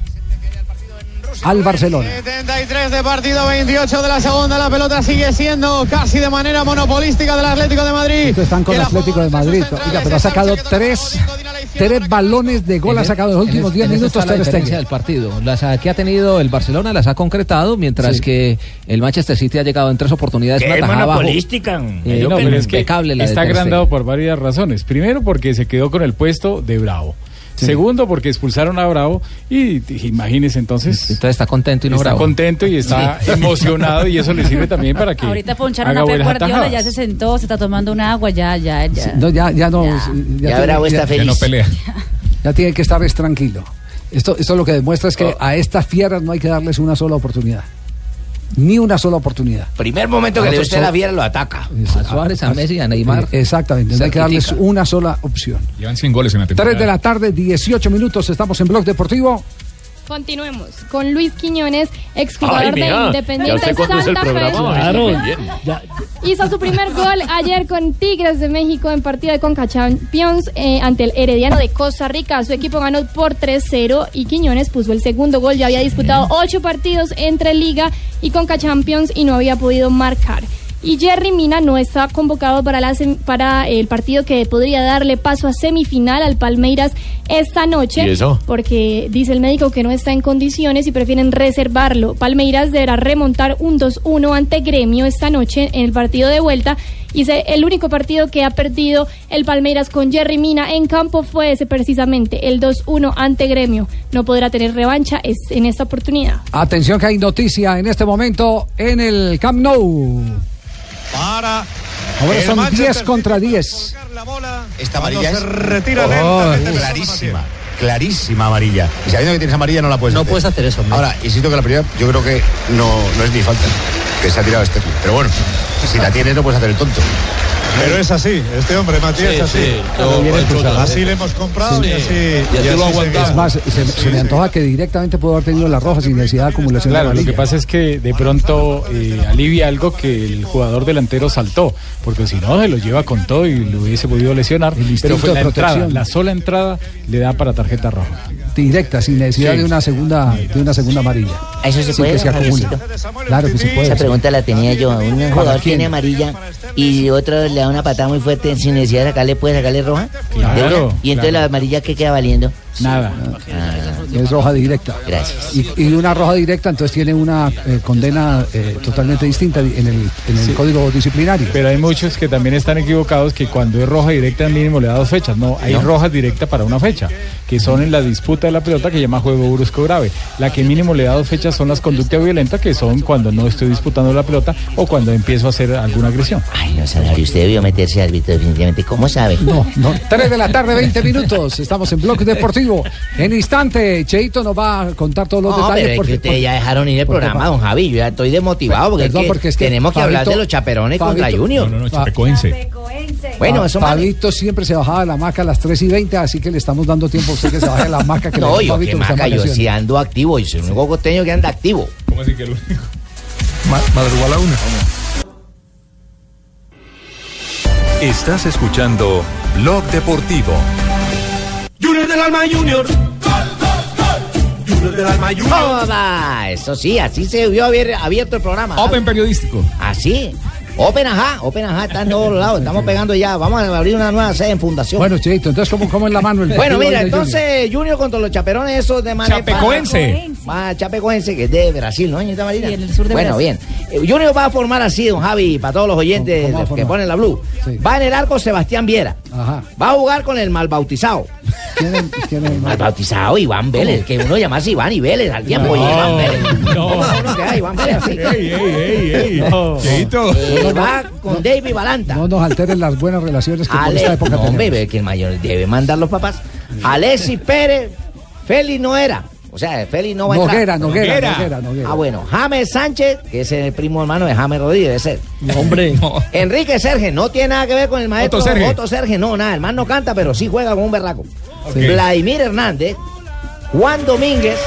al Barcelona. 73 de partido, 28 de la segunda. La pelota sigue siendo casi de manera monopolística del Atlético de Madrid. Estos están con el Atlético de Madrid. Oiga, pero ha sacado tres balones de gol, ha sacado en los últimos 10 minutos. La diferencia del partido. Las que ha tenido el Barcelona las ha concretado, mientras que el Manchester City ha llegado en 3 oportunidades. Es monopolística. Pero es que está agrandado por varias razones. Primero, porque se quedó con el puesto de Bravo. Sí. Segundo, porque expulsaron a Bravo y imagínese entonces está contento y no Bravo. Está contento y está emocionado y eso le sirve también para que ahorita poncharon a Pep Guardiola, ya se sentó, se está tomando un agua, ya. Sí, no, ya Bravo está feliz. Ya no pelea. Ya tiene que estar tranquilo. Esto lo que demuestra es que a estas fieras no hay que darles una sola oportunidad. Ni una sola oportunidad. Primer momento que le usted la fiera lo ataca. A Suárez, a Messi, a Neymar. Exactamente, no hay que darles una sola opción. Llevan 100 goles en la temporada. 3 de la tarde, 18 minutos, estamos en Blog Deportivo. Continuemos con Luis Quiñones, exjugador de Independiente Santa Fe. Claro, hizo su primer gol ayer con Tigres de México en partido de Conca Champions ante el Herediano de Costa Rica. Su equipo ganó por 3-0 y Quiñones puso el segundo gol. Ya había disputado 8 partidos entre Liga y Conca Champions y no había podido marcar. Y Jerry Mina no está convocado para el partido que podría darle paso a semifinal al Palmeiras esta noche. ¿Y eso? Porque dice el médico que no está en condiciones y prefieren reservarlo. Palmeiras deberá remontar un 2-1 ante Gremio esta noche en el partido de vuelta. Y el único partido que ha perdido el Palmeiras con Jerry Mina en campo fue ese precisamente, el 2-1 ante Gremio. No podrá tener revancha en esta oportunidad. Atención que hay noticia en este momento en el Camp Nou. Ahora son 10 contra 10. Esta amarilla es clarísima amarilla. Y sabiendo que tienes amarilla no la puedes hacer. No puedes hacer eso. Hombre. Ahora, insisto que la primera yo creo que no es ni falta, que se ha tirado este. Pero bueno, si la tienes no puedes hacer el tonto. Pero es así, este hombre, Matías, es así. Así le hemos comprado y así lo aguantamos. Es más, se me antoja que directamente pudo haber tenido la roja sin necesidad de acumulación de amarilla. Lo que pasa es que de pronto alivia algo que el jugador delantero saltó, porque si no se lo lleva con todo y lo hubiese podido lesionar. Pero fue la sola entrada le da para tarjeta roja. Directa, sin necesidad de una segunda amarilla. ¿Eso se puede? Que se acumula. Claro que se puede. Esa pregunta la tenía yo. Un jugador tiene amarilla y otro le da una patada muy fuerte sin necesidad de sacarle, ¿puede sacarle roja? Claro. Y entonces la amarilla, ¿qué queda valiendo? Nada. Es roja directa. Gracias. Y una roja directa entonces tiene una condena totalmente distinta en el código disciplinario. Pero hay muchos que también están equivocados que cuando es roja directa el mínimo le da 2 fechas. No, hay rojas directas para una fecha, que son en la disputa de la pelota que llama juego brusco grave. La que mínimo le da 2 fechas son las conductas violentas, que son cuando no estoy disputando la pelota o cuando empiezo a hacer alguna agresión. Ay, no sabe, usted debió meterse árbitro definitivamente. ¿Cómo sabe? No. 3 de la tarde, 20 minutos. Estamos en Blog Deportivo. En instante, Cheito nos va a contar todos los detalles. Pero porque ustedes ya dejaron ir el programa, don Javi. Yo ya estoy desmotivado porque es que tenemos que hablar de los chaperones contra Junior. No, Chapecoense. Bueno, eso Pablito siempre se bajaba de la hamaca a las 3:20, así que le estamos dando tiempo a usted que se baje de la hamaca. No, yo que maca, yo sí ando activo. Yo soy el único costeño que anda activo. ¿Cómo así que el único? Madrugó a la 1. Estás escuchando Blog Deportivo. Junior del Alma Junior. Junior del Alma Junior. Eso sí, así se vio abierto el programa. Open periodístico. Así. Open Ajá está en todos lados. Estamos pegando ya. Vamos a abrir una nueva sede en Fundación. Bueno, Cheito, entonces, ¿cómo es la mano? Bueno, mira, entonces Junior contra los chaperones, esos de manera. Chapecoense. Chapecoense, que es de Brasil, ¿no, señorita Marina? Sí, en el sur de Brasil. Bien. Junior va a formar así, don Javi, para todos los oyentes que ponen la Blue. Sí. Va en el arco Sebastián Viera. Ajá. Va a jugar con el malbautizado. ¿Quién es el malbautizado? Iván Vélez, que uno llama así Iván y Vélez al tiempo. Oye, Iván Vélez. ¿Cómo que hay Iván Vélez así? Cheito. Va con David Balanta. No nos alteren las buenas relaciones que por esta época tenemos. Hombre, que el mayor debe mandar los papás. Alexis Pérez, Félix no era. O sea, Félix no va a entrar. Noguera. Ah, bueno. James Sánchez, que es el primo hermano de James Rodríguez, debe ser. Hombre. No. Enrique Serge, no tiene nada que ver con el maestro Otto Serge, no, nada. El man no canta, pero sí juega con un berraco. Okay. Vladimir Hernández, Juan Domínguez.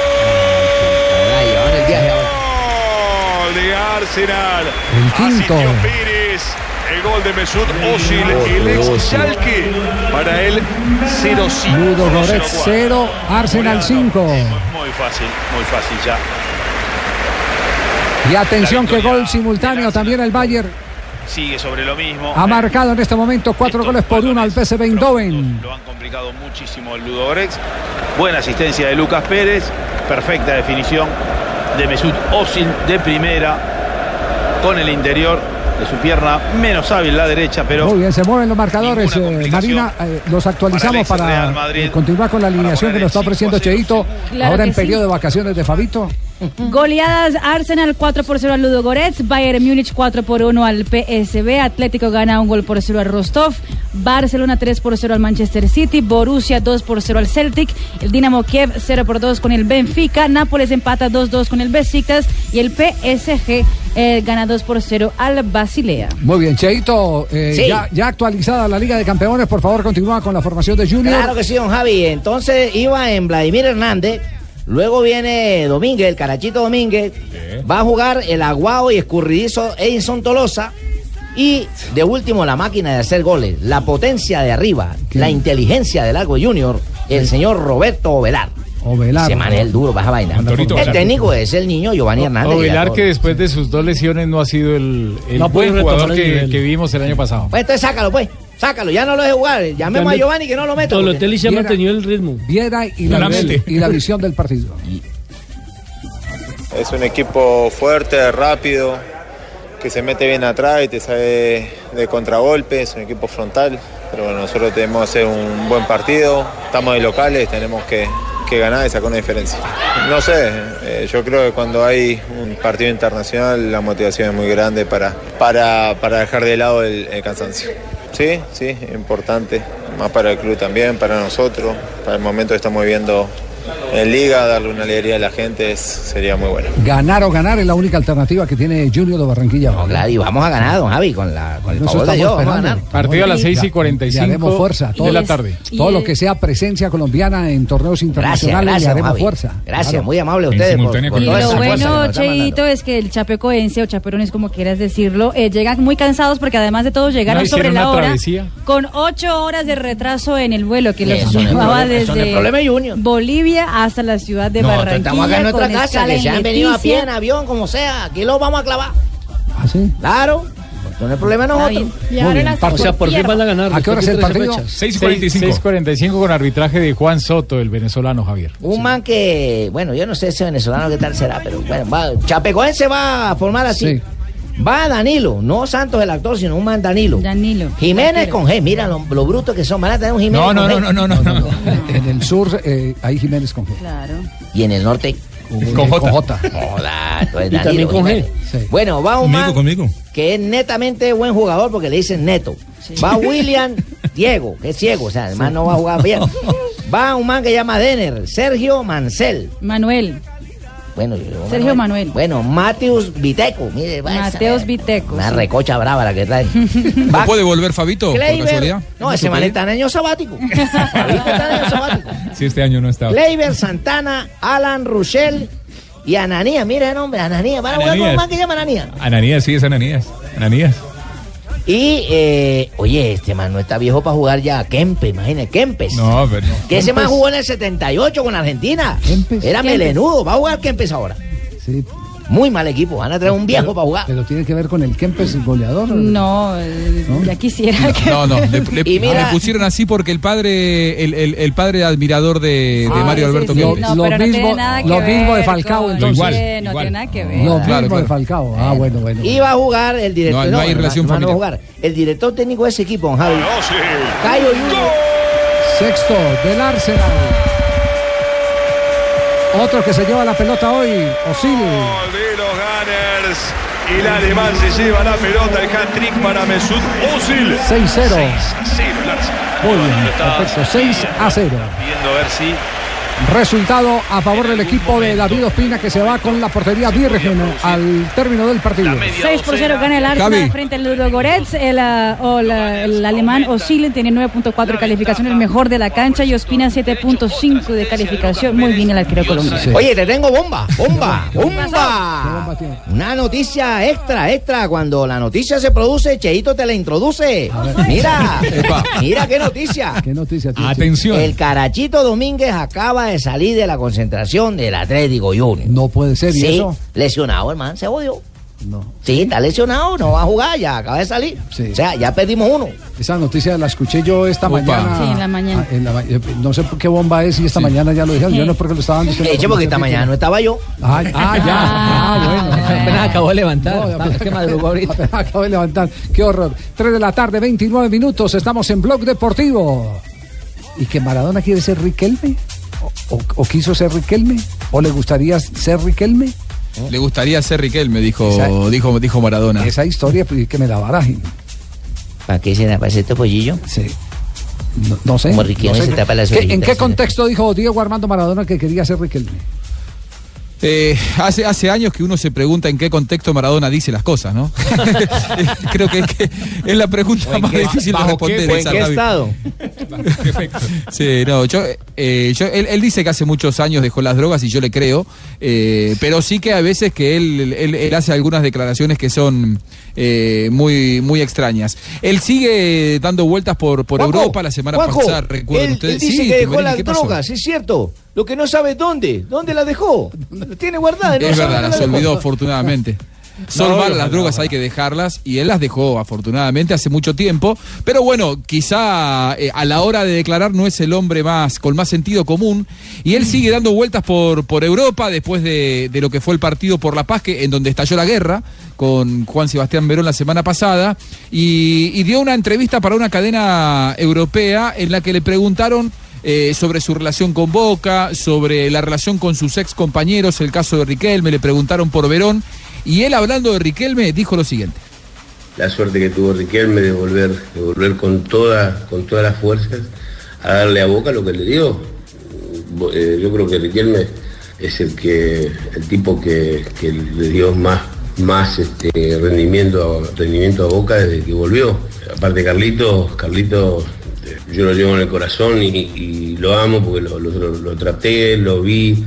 Gol de Arsenal. El quinto. El gol de Mesut Özil, el ex Schalke, para el 0-5. Ludogorets 0, Arsenal 5. Muy fácil ya. Y atención que gol simultáneo también el Bayern. Sigue sobre lo mismo. Ha marcado en este momento 4 goles por 1 al PSV Eindhoven. Lo han complicado muchísimo el Ludogorets. Buena asistencia de Lucas Pérez. Perfecta definición de Mesut Özil de primera con el interior de su pierna menos hábil la derecha, pero muy bien, se mueven los marcadores, Marina, los actualizamos para continuar con la alineación que nos está ofreciendo Cheito, claro, ahora en periodo de vacaciones de Fabito. Goleadas: Arsenal 4-0 al Ludogorets, Bayern Múnich 4-1 al PSV, Atlético gana 1-0 al Rostov, Barcelona 3-0 al Manchester City, Borussia 2-0 al Celtic, el Dinamo Kiev 0-2 con el Benfica, Nápoles empata 2-2 con el Besiktas y el PSG gana 2-0 al Basilea. Muy bien, Cheito, sí. ya actualizada la Liga de Campeones, por favor continúa con la formación de Junior. Claro que sí, don Javi. Entonces iba en Vladimir Hernández, luego viene Domínguez, el Carachito Domínguez, va a jugar el aguado y escurridizo Edinson Tolosa, y de último la máquina de hacer goles, la potencia de arriba, la inteligencia del Lago Junior, el señor Roberto Ovelar. Se maneja el duro, baja vaina. El técnico es el niño Giovanni Hernández. Ovelar, que después de sus 2 lesiones no ha sido el buen jugador que vimos el año pasado. Pues entonces sácalo, ya no lo deje jugar. Llamemos a Giovanni que no lo meta. Tolotelli se ha mantenido el ritmo. Viera y la visión del partido. Es un equipo fuerte, rápido, que se mete bien atrás y te sabe de contragolpe, es un equipo frontal. Pero bueno, nosotros tenemos que hacer un buen partido, estamos de locales, tenemos que ganar y sacar una diferencia. No sé, yo creo que cuando hay un partido internacional la motivación es muy grande para dejar de lado el cansancio. Sí, importante, más para el club también, para nosotros, para el momento que estamos viviendo en Liga, darle una alegría a la gente sería muy bueno. Ganar o ganar es la única alternativa que tiene Junior de Barranquilla. No, claro, y vamos a ganar, don Javi, con el favor de Dios, vamos a ganar. Partido a las 6:45 haremos fuerza de la tarde. Todo lo que sea presencia colombiana en torneos internacionales le haremos fuerza. Gracias, claro. Muy amable a ustedes por y lo bueno, Cheito, es que el chapecoense o chaperones, como quieras decirlo, llegan muy cansados porque además de todo llegaron sobre la hora, travesía, con 8 horas de retraso en el vuelo que los llevaba desde Bolivia hasta la ciudad de Barranquilla. Estamos acá en nuestra casa, que se han venido a pie, en avión, como sea. Aquí los vamos a clavar. ¿Ah, sí? Claro. No es problema nosotros. O sea, ¿por qué van a ganar? ¿A qué hora es el partido? 6:45 con arbitraje de Juan Soto, el venezolano, Javier. Un man que, bueno, yo no sé ese venezolano qué tal será, pero bueno, Chapecoense va a formar así. Sí. Va Danilo, no Santos el actor, sino un man Danilo. Jiménez con G, mira lo brutos que son, van a tener un Jiménez con G. No. En el sur hay Jiménez con G. Claro. Y en el norte con J. Joda, pues y también con G. Sí. Bueno, va un man que es netamente buen jugador porque le dicen neto. Sí. Va William Diego, que es ciego, o sea, además no va a jugar bien. Va un man que se llama Denner, Sergio Manuel. Bueno, Sergio Manuel. Bueno, Mateus Viteco. Mire, Mateus Viteco. Una recocha brava la que trae. ¿No puede volver Fabito, por casualidad? No, ese man está en año sabático. Fabito está en año sabático. Sí, este año no está. Kleiber, Santana, Alan Ruschel y Ananías. Mira el nombre, Ananías. Van a jugar con un man que se llama Ananías. Ananías, sí, es Ananías. Y, oye, este man no está viejo para jugar ya. Kempes, imagínate, Kempes. No, pero no. Que ese man jugó en el 78 con Argentina. Era melenudo. Va a jugar Kempes ahora. Sí. Muy mal equipo, van a traer un viejo para jugar. Pero tiene que ver con el Kempes, el goleador. No, ya quisiera que... No, le pusieron así porque el padre admirador de Mario Alberto Kempes. No, pero no tiene nada que ver. Lo mismo de Falcao, entonces. No tiene nada que ver. Lo mismo de Falcao. Ah, bueno. Iba a jugar el director. No hay relación familiar. No va a jugar. El director técnico de ese equipo, don Javi. Cayo Junior. Sexto del Arsenal. Otro que se lleva la pelota hoy, Özil. De los Gunners. Y el alemán se lleva la pelota, el hat-trick para Mesut Özil. 6-0. 6-0 el Arsenal. Muy bien, perfecto. 6-0. Viendo a ver si... Resultado a favor del equipo de David Ospina, que se va con la portería virgen al término del partido. 6-0 gana el Arsenal frente al Ludogorets. El alemán Özil tiene 9.4 de calificación, el mejor de la cancha, y Ospina 7.5 de calificación. Muy bien el arquero colombiano. Sí. Oye, te tengo bomba. Una noticia extra. Cuando la noticia se produce, Cheito te la introduce. Mira qué noticia. ¿Qué noticia? Atención. El Carachito Domínguez acaba de salir de la concentración del Atlético Junior. No puede ser, ¿y eso? Lesionado, hermano, se jodió. No. Sí, está lesionado, no va a jugar, ya acaba de salir. Sí. O sea, ya perdimos uno. Esa noticia la escuché yo esta mañana. Sí, en la mañana. No sé por qué bomba es y esta mañana ya lo dijeron. Yo no sé por qué lo estaban diciendo. Porque esta mañana no estaba yo. Bueno. Apenas acabó de levantar. Qué madrugó ahorita. Apenas acabó de levantar. Qué horror. 3 de la tarde, 29 minutos. Estamos en Blog Deportivo. ¿Y que Maradona quiere ser Riquelme? ¿O quiso ser Riquelme? ¿O le gustaría ser Riquelme? Le gustaría ser Riquelme, dijo Maradona. Esa historia que me la barajen. ¿Para qué se tapa ese pollillo? Sí. No sé. Como Riquelme se tapa las orejitas. ¿En qué contexto dijo Diego Armando Maradona que quería ser Riquelme? Hace años que uno se pregunta en qué contexto Maradona dice las cosas, ¿no? Creo que es la pregunta más difícil de responder. ¿En qué estado? Sí, no, él dice que hace muchos años dejó las drogas y yo le creo, pero sí que a veces que él hace algunas declaraciones que son muy extrañas. Él sigue dando vueltas por Europa. La semana pasada, recuerden ustedes. Él dice que dejó las drogas, es cierto. Lo que no sabe dónde la dejó. La tiene guardada. Es verdad, las olvidó afortunadamente. Son malas las drogas, hay que dejarlas, y él las dejó afortunadamente hace mucho tiempo, pero bueno, quizá a la hora de declarar no es el hombre con más sentido común, y él sigue dando vueltas por Europa después de lo que fue el partido por la paz, en donde estalló la guerra, con Juan Sebastián Verón la semana pasada, y dio una entrevista para una cadena europea en la que le preguntaron sobre su relación con Boca, sobre la relación con sus ex compañeros, el caso de Riquelme, le preguntaron por Verón, y él, hablando de Riquelme, dijo lo siguiente. La suerte que tuvo Riquelme de volver con todas las fuerzas a darle a Boca lo que le dio. Yo creo que Riquelme es el tipo que le dio más rendimiento a Boca desde que volvió. Aparte Carlitos yo lo llevo en el corazón y lo amo porque lo traté, lo vi,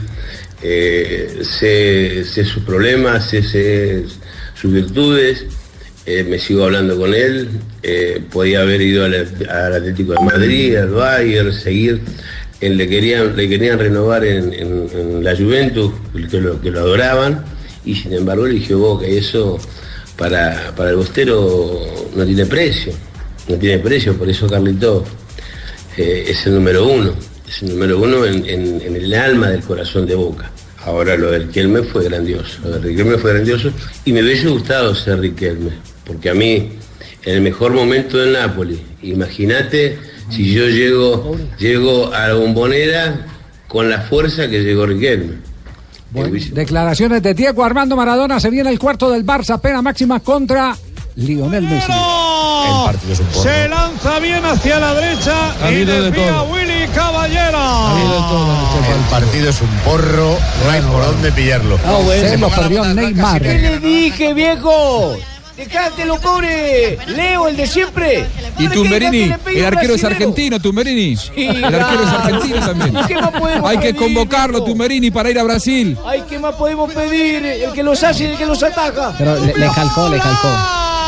sé sus problemas, sé sus virtudes, me sigo hablando con él, podía haber ido al Atlético de Madrid, al Bayern, seguir, le querían renovar en la Juventus, que lo adoraban, y sin embargo eligió Boca, y eso para el bostero no tiene precio, por eso Carlito es el número uno en el alma del corazón de Boca. Ahora lo de Riquelme fue grandioso, y me hubiese gustado ser Riquelme, porque a mí, en el mejor momento del Napoli, imagínate si yo llego a la Bombonera con la fuerza que llegó Riquelme. Bueno, declaraciones de Diego Armando Maradona. Se viene el cuarto del Barça, pena máxima contra Lionel Messi. Se lanza bien hacia la derecha y desvía Willy Caballero. El partido es un porro, no hay por dónde pillarlo. Se lo perdió Neymar. ¿Qué le dije, viejo? ¡Dejátelo, pobre! Leo, el de siempre. Y Tumberini, el arquero es argentino, Tumberini. Sí, el arquero es argentino también. Hay que convocarlo, Tumberini, para ir a Brasil. Ay, ¿qué más podemos pedir? El que los hace y el que los ataca. Pero le calcó.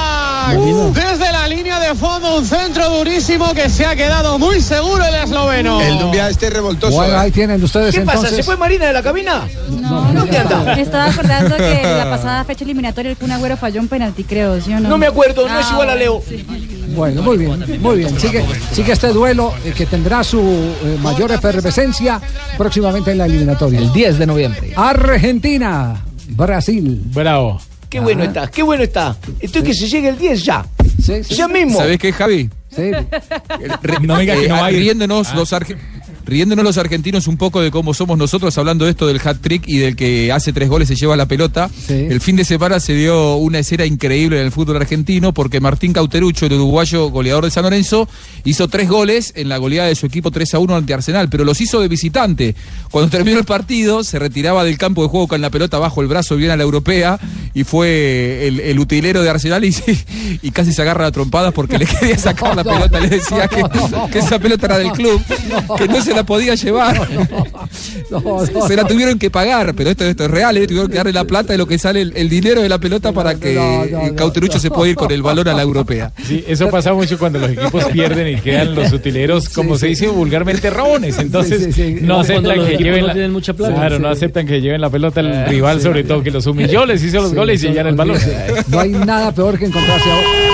Dumbia desde la línea de fondo, un centro durísimo que se ha quedado muy seguro el esloveno. El Dumbia revoltoso. Bueno, ahí tienen ustedes ¿Qué entonces. pasa? ¿Se fue Marina de la cabina? No, ¿Dónde anda? me estaba acordando que en la pasada fecha eliminatoria el Kun Agüero falló un penalti, creo, ¿sí o no? No me acuerdo, no es igual a Leo. Sí. Bueno, muy bien, muy bien. Sigue este duelo que tendrá su mayor efervescencia próximamente en la eliminatoria. El 10 de noviembre. Argentina, Brasil. Bravo. Qué bueno está, qué bueno está. Esto es que se llegue el 10 ya. Sí. Ya mismo. ¿Sabés qué, Javi? Sí. No me diga que no va a ir. Riéndonos los argentinos un poco de cómo somos nosotros, hablando de esto del hat-trick y del que hace 3 goles se lleva la pelota. Sí. El fin de semana se dio una escena increíble en el fútbol argentino porque Martín Cauterucho, el uruguayo goleador de San Lorenzo, hizo 3 goles en la goleada de su equipo 3-1 ante Arsenal, pero los hizo de visitante. Cuando terminó el partido, se retiraba del campo de juego con la pelota bajo el brazo bien a la europea y fue el utilero de Arsenal y casi se agarra a trompadas porque le quería sacar la pelota. Le decía que esa pelota era del club, que no se la podía llevar. Se la tuvieron que pagar, pero esto es real, tuvieron que darle la plata de lo que sale el dinero de la pelota para que Cauterucho se pueda ir con el balón a la europea. Sí, eso pasa mucho cuando los equipos pierden y quedan los utileros, como se dice vulgarmente, rabones. Entonces no aceptan que lleven la mucha plata. Claro, no aceptan que lleven la pelota al rival, sobre todo que los humilló, les hizo los goles y ya el balón. No hay nada peor que encontrarse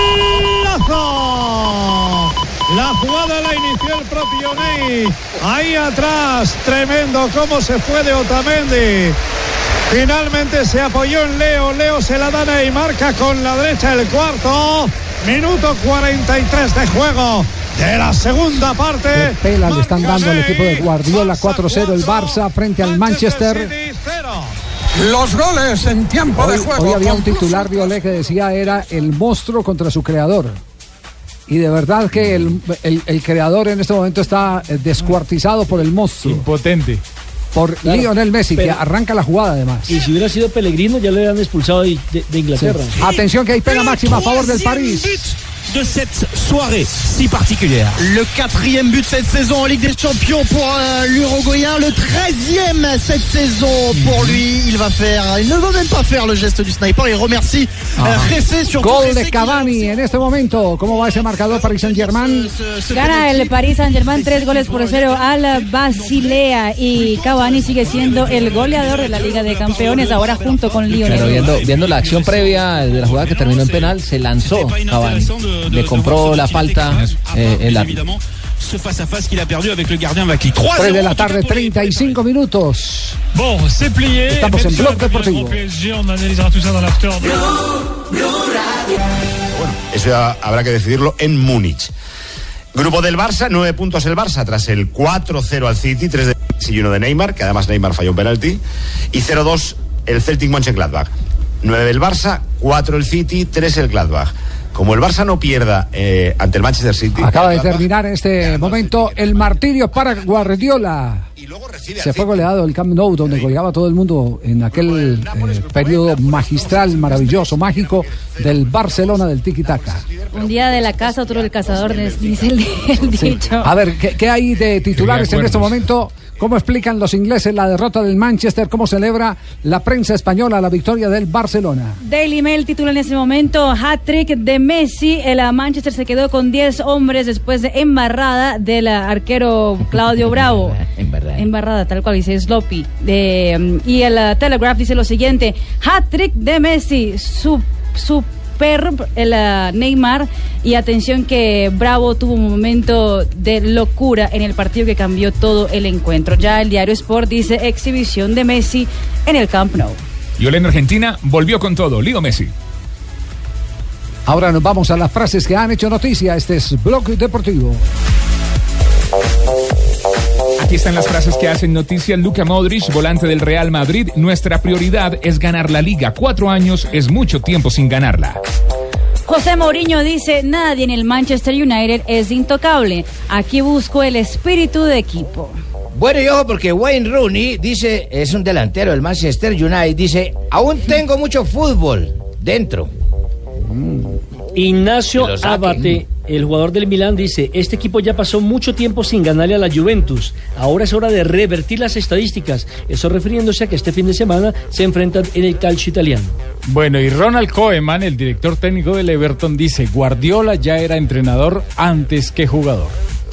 La jugada la inició el propio Ney. Ahí atrás, tremendo cómo se fue de Otamendi. Finalmente se apoyó en Leo. Leo se la da a Ney. Marca con la derecha el cuarto. Minuto 43 de juego de la segunda parte. Qué pela le están dando al equipo de Guardiola. 4-0 el Barça frente al Manchester. Los goles en tiempo de juego. Hoy había un titular de Olé que decía era el monstruo contra su creador. Y de verdad que el creador en este momento está descuartizado por el monstruo. Impotente. Por Lionel Messi, que arranca la jugada además. Y si hubiera sido Pellegrino, ya lo habían expulsado de Inglaterra. Sí. Atención que hay pena máxima a favor del París. De cette soirée si particulière. Le 4e but cette saison en Ligue des Champions pour l'Uruguayen, le 13e cette saison pour lui. Il ne va même pas faire le geste du sniper. Il remercie Jesse sur Gol de Cavani en este momento. ¿Cómo va ese marcador Paris Saint-Germain? Gana el Paris Saint-Germain 3-0 al Basilea y Cavani sigue siendo el goleador de la Liga de Campeones ahora junto con Lionel. Pero viendo la acción previa de la jugada que terminó en penal, se lanzó Cavani. Le compró la falta el árbitro. Ce face à face qu'il a perdu avec le gardien Vakli. 3 de la tarde, 35 minutos. Bon, c'est plié. Estamos en Blog Deportivo. PSG, on analysera tout ça dans l'after. Bueno, eso ya habrá que decidirlo en Múnich. Grupo del Barça, 9 puntos el Barça tras el 4-0 al City, 3 de Messi y 1 de Neymar, que además Neymar falló un penalti, y 0-2 el Celtic Mönchengladbach. 9 del Barça, 4 el City, 3 el Gladbach. Como el Barça no pierda ante el Manchester City... Acaba de terminar en este momento el martirio para Guardiola. Se fue goleado el Camp Nou, donde goleaba todo el mundo en aquel periodo magistral, maravilloso, mágico del Barcelona del tiki-taka. Un día de la casa, otro del cazador, dice el dicho. A ver, ¿qué hay de titulares en este momento? ¿Cómo explican los ingleses la derrota del Manchester? ¿Cómo celebra la prensa española la victoria del Barcelona? Daily Mail titula en ese momento hat-trick de Messi. El Manchester se quedó con 10 hombres después de embarrada del arquero Claudio Bravo. Embarrada, tal cual dice Sloppy. Y el Telegraph dice lo siguiente: hat-trick de Messi, superb el Neymar, y atención que Bravo tuvo un momento de locura en el partido que cambió todo el encuentro. Ya el diario Sport dice exhibición de Messi en el Camp Nou. Y en Argentina volvió con todo, Leo Messi. Ahora nos vamos a las frases que han hecho noticia. Este es Blog Deportivo. Aquí están las frases que hacen noticia. Luka Modric, volante del Real Madrid: nuestra prioridad es ganar la Liga. 4 años es mucho tiempo sin ganarla. José Mourinho dice: nadie en el Manchester United es intocable. Aquí busco el espíritu de equipo. Bueno, y ojo, porque Wayne Rooney dice, es un delantero del Manchester United, dice: aún tengo mucho fútbol dentro. Ignacio Abate, el jugador del Milán, dice: este equipo ya pasó mucho tiempo sin ganarle a la Juventus. Ahora es hora de revertir las estadísticas. Eso refiriéndose a que este fin de semana se enfrentan en el calcio italiano. Bueno, y Ronald Koeman, el director técnico del Everton, dice: Guardiola ya era entrenador antes que jugador.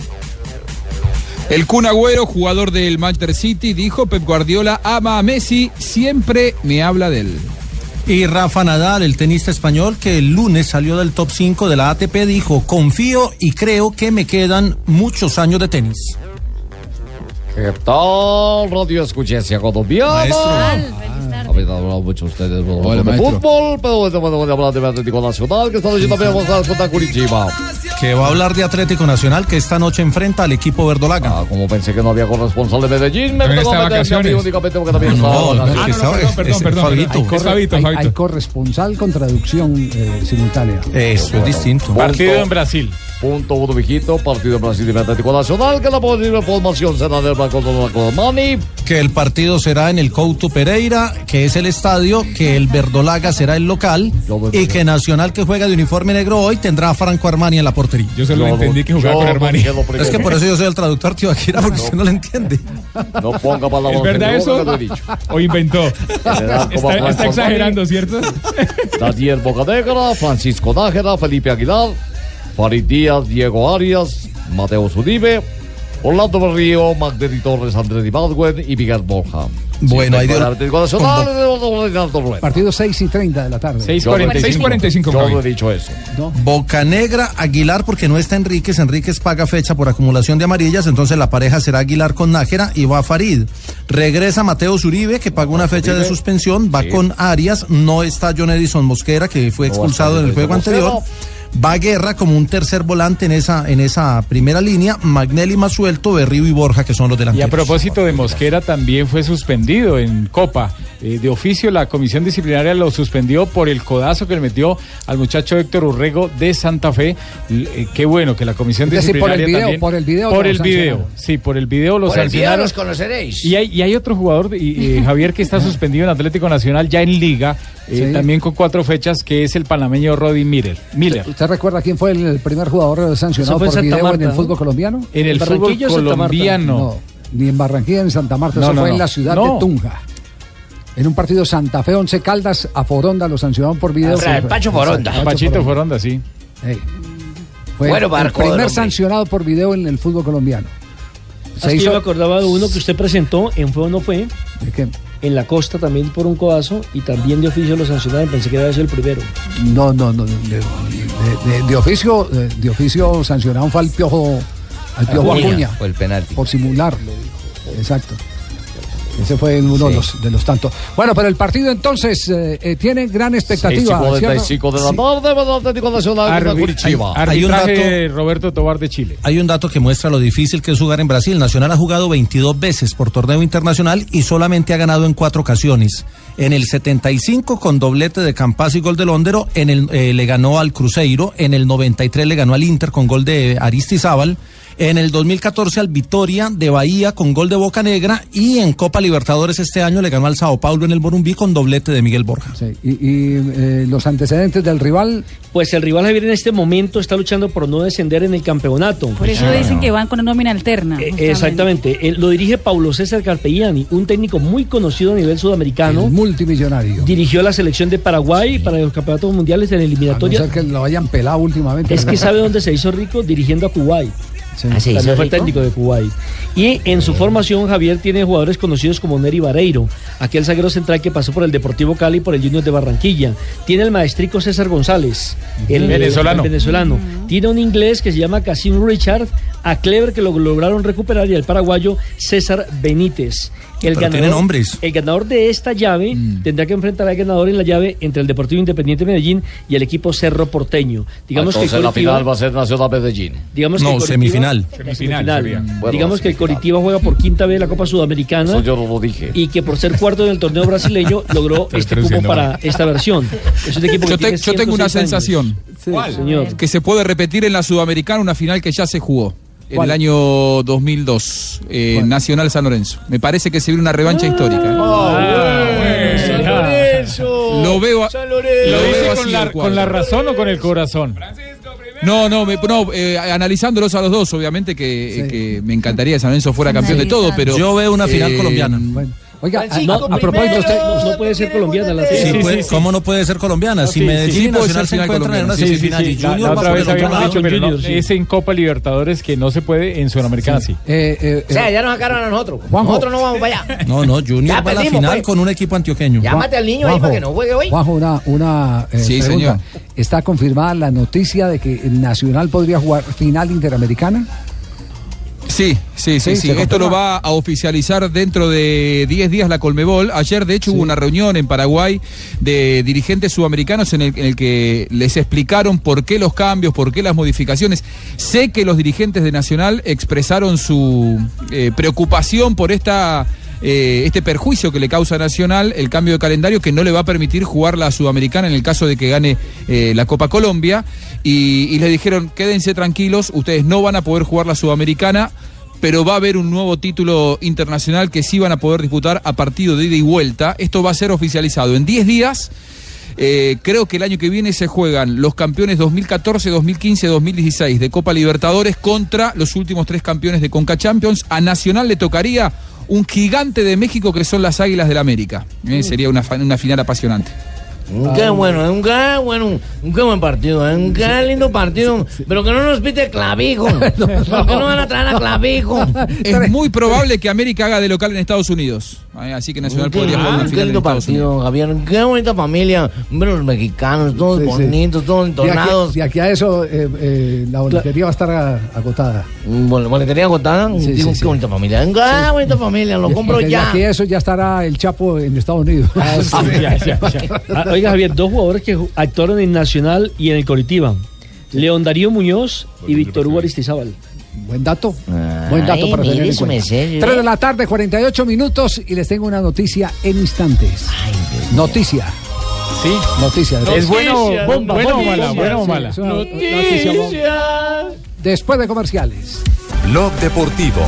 El Kun Agüero, jugador del Manchester City, dijo: Pep Guardiola ama a Messi, siempre me habla de él. Y Rafa Nadal, el tenista español, que el lunes salió del top 5 de la ATP, dijo: confío y creo que me quedan muchos años de tenis. ¿Qué tal, Radio Escuchencia colombiana? Habéis hablado mucho ustedes de fútbol, pero bueno, hablar de Atlético Nacional, que esta noche también vamos a jugar contra Curitiba. Que va a hablar de Atlético Nacional, que esta noche enfrenta al equipo verdolaga. Como pensé que no había corresponsal de Medellín, me tocó meterme a mí únicamente porque también estaba. Hay corresponsal con traducción simultánea. Eso es distinto. Partido en Brasil. Punto uno, mijito, partido en Brasil y Atlético Nacional, que la posible formación será del Banco de Colmani. Que el partido será en el Couto Pereira, que es el estadio, que el verdolaga será el local, y que Nacional, que juega de uniforme negro hoy, tendrá a Franco Armani en la portería. Yo solo entendí que jugaba con Armani. Es que por eso yo soy el traductor, tío Akira, porque usted no lo entiende. No ponga palabras. ¿Es verdad eso? ¿O inventó? Está exagerando, ¿cierto? Daniel Bocanegra, Francisco Nájera, Felipe Aguilar, Farid Díaz, Diego Arias, Mateo Zuribe, Orlando Berrío, Magdalena Torres, Andrés Ibadwen y Miguel Borja. Bueno, hay partido 6:30 de la tarde. 6:45. Yo no he dicho eso. ¿No? Bocanegra, Aguilar, porque no está Enríquez. Enríquez paga fecha por acumulación de amarillas, entonces la pareja será Aguilar con Nájera y va Farid. Regresa Mateo Zuribe, que pagó una fecha de suspensión, va con Arias. No está John Edison Mosquera, que fue expulsado en el juego anterior. Va Guerra como un tercer volante en esa primera línea. Magnelli más suelto, Berrío y Borja, que son los delanteros. Y a propósito de Mosquera, también fue suspendido en Copa. De oficio, la comisión disciplinaria lo suspendió por el codazo que le metió al muchacho Héctor Urrego de Santa Fe. Qué bueno que la comisión disciplinaria también... Por el video lo sancionaron. El video los conoceréis. Y hay otro jugador, Javier, que está suspendido en Atlético Nacional, ya en Liga, también con 4 fechas, que es el panameño Roddy Miller. ¿Usted recuerda quién fue el primer jugador sancionado por video Marta, en el fútbol colombiano? En el fútbol colombiano. No, ni en Barranquilla ni en Santa Marta, eso fue en la ciudad de Tunja. En un partido Santa Fe 11 Caldas, a Foronda lo sancionaron por video. Pacho Foronda. Pachito Foronda, sí. Fue el primer sancionado por video en el fútbol colombiano. Yo me acordaba de uno que usted presentó en Fue o No Fue. ¿De qué? En la costa también por un codazo y también de oficio lo sancionaron. Pensé que había sido el primero. No. De oficio sancionado fue al Piojo Acuña. Fue el penalti. Por simularlo. Exacto. Ese fue uno de los tantos. Bueno, pero el partido entonces tiene gran expectativa. 6:45 de la tarde, Atlético Nacional Curitiba. Arbitraje Roberto Tobar de Chile. Hay un dato que muestra lo difícil que es jugar en Brasil. Nacional ha jugado 22 veces por torneo internacional y solamente ha ganado en 4 ocasiones. En el 75 con doblete de Campas y gol de Londero, le ganó al Cruzeiro, en el 93 le ganó al Inter con gol de Aristizábal. En el 2014 al Vitória de Bahía con gol de Bocanegra y en Copa Libertadores este año le ganó al Sao Paulo en el Morumbí con doblete de Miguel Borja. Sí. ¿Y los antecedentes del rival? Pues el rival, Javier, en este momento está luchando por no descender en el campeonato. Por eso dicen que van con una nómina alterna. Exactamente. Lo dirige Paulo César Carpegiani, un técnico muy conocido a nivel sudamericano. El multimillonario. Dirigió la selección de Paraguay para los campeonatos mundiales en eliminatoria. A no ser que lo hayan pelado últimamente. Es que sabe dónde se hizo rico, dirigiendo a Kuwait. Sí. También fue técnico de Kuwait. Y en su formación, Javier tiene jugadores conocidos como Neri Vareiro, aquel zaguero central que pasó por el Deportivo Cali y por el Junior de Barranquilla. Tiene el maestrico César González, el venezolano. Tiene un inglés que se llama Casim Richard, a Clever, que lo lograron recuperar, y el paraguayo César Benítez. El ganador de esta llave tendrá que enfrentar al ganador en la llave entre el Deportivo Independiente Medellín y el equipo Cerro Porteño. Digamos que la final va a ser Nacional Medellín. Semifinal. Digamos que el Coritiba juega por quinta vez la Copa Sudamericana. Eso yo no lo dije. Y que por ser cuarto en el torneo brasileño logró este cupo para esta versión. Es un equipo que yo tengo una sensación. ¿Cuál? Señor? Que se puede repetir en la Sudamericana una final que ya se jugó. En el año 2002, Nacional San Lorenzo. Me parece que se viene una revancha histórica. San Lorenzo. Lo veo. ¿Lo dice con la razón o con el corazón? No, analizándolos a los dos, obviamente que me encantaría que San Lorenzo fuera campeón de todo, pero yo veo una final colombiana. Oiga, a propósito, usted no puede ser colombiana la sí. ¿Cómo no puede ser colombiana? Si Medellín y Nacional se encuentran en una semifinal y Junior la va otra por vez el otro lado. dicho, pero no, es en Copa Libertadores que no se puede, en Sudamericana sí. O sea, ya nos sacaron a nosotros. Juanjo. Nosotros no vamos para allá. No, Junior va a la final con un equipo antioqueño. Llámate al niño ahí para que no juegue hoy. Juanjo, una sí, pregunta. señor. ¿Está confirmada la noticia de que el Nacional podría jugar final interamericana? Sí. Esto lo va a oficializar dentro de 10 días la Colmebol. Ayer, de hecho, hubo una reunión en Paraguay de dirigentes sudamericanos en el que les explicaron por qué los cambios, por qué las modificaciones. Sé que los dirigentes de Nacional expresaron su preocupación por este perjuicio que le causa a Nacional el cambio de calendario, que no le va a permitir jugar la Sudamericana en el caso de que gane la Copa Colombia, y les dijeron: quédense tranquilos, ustedes no van a poder jugar la Sudamericana, pero va a haber un nuevo título internacional que sí van a poder disputar a partido de ida y vuelta. Esto va a ser oficializado en 10 días. Creo que el año que viene se juegan los campeones 2014, 2015, 2016 de Copa Libertadores contra los últimos 3 campeones de Conca Champions. A Nacional le tocaría un gigante de México que son las Águilas del América. Sería una final apasionante. Qué bueno, un buen partido, un qué lindo partido, pero que no nos pite Clavijo. ¿Por qué no van a traer a Clavijo? Es muy probable que América haga de local en Estados Unidos, así que Nacional podría jugar una final en Estados Unidos. Javier, qué bonita familia, los mexicanos, todos bonitos, todos entonados. Y aquí a eso la boletería va a estar agotada. ¿Boletería agotada? Digo, qué bonita familia, qué bonita familia, lo compro ya. Y aquí a eso ya estará el Chapo en Estados Unidos. Oiga, Javier, 2 jugadores que actuaron en Nacional y en el Coritiba: León Darío Muñoz y Víctor Hugo Aristizábal. Buen dato para tener en cuenta. 3 de la tarde, 48 minutos, y les tengo una noticia en instantes. Noticia. Sí. Noticia. ¿Es bueno o mala? Es una noticia bomba. Después de comerciales. Blog Deportivo.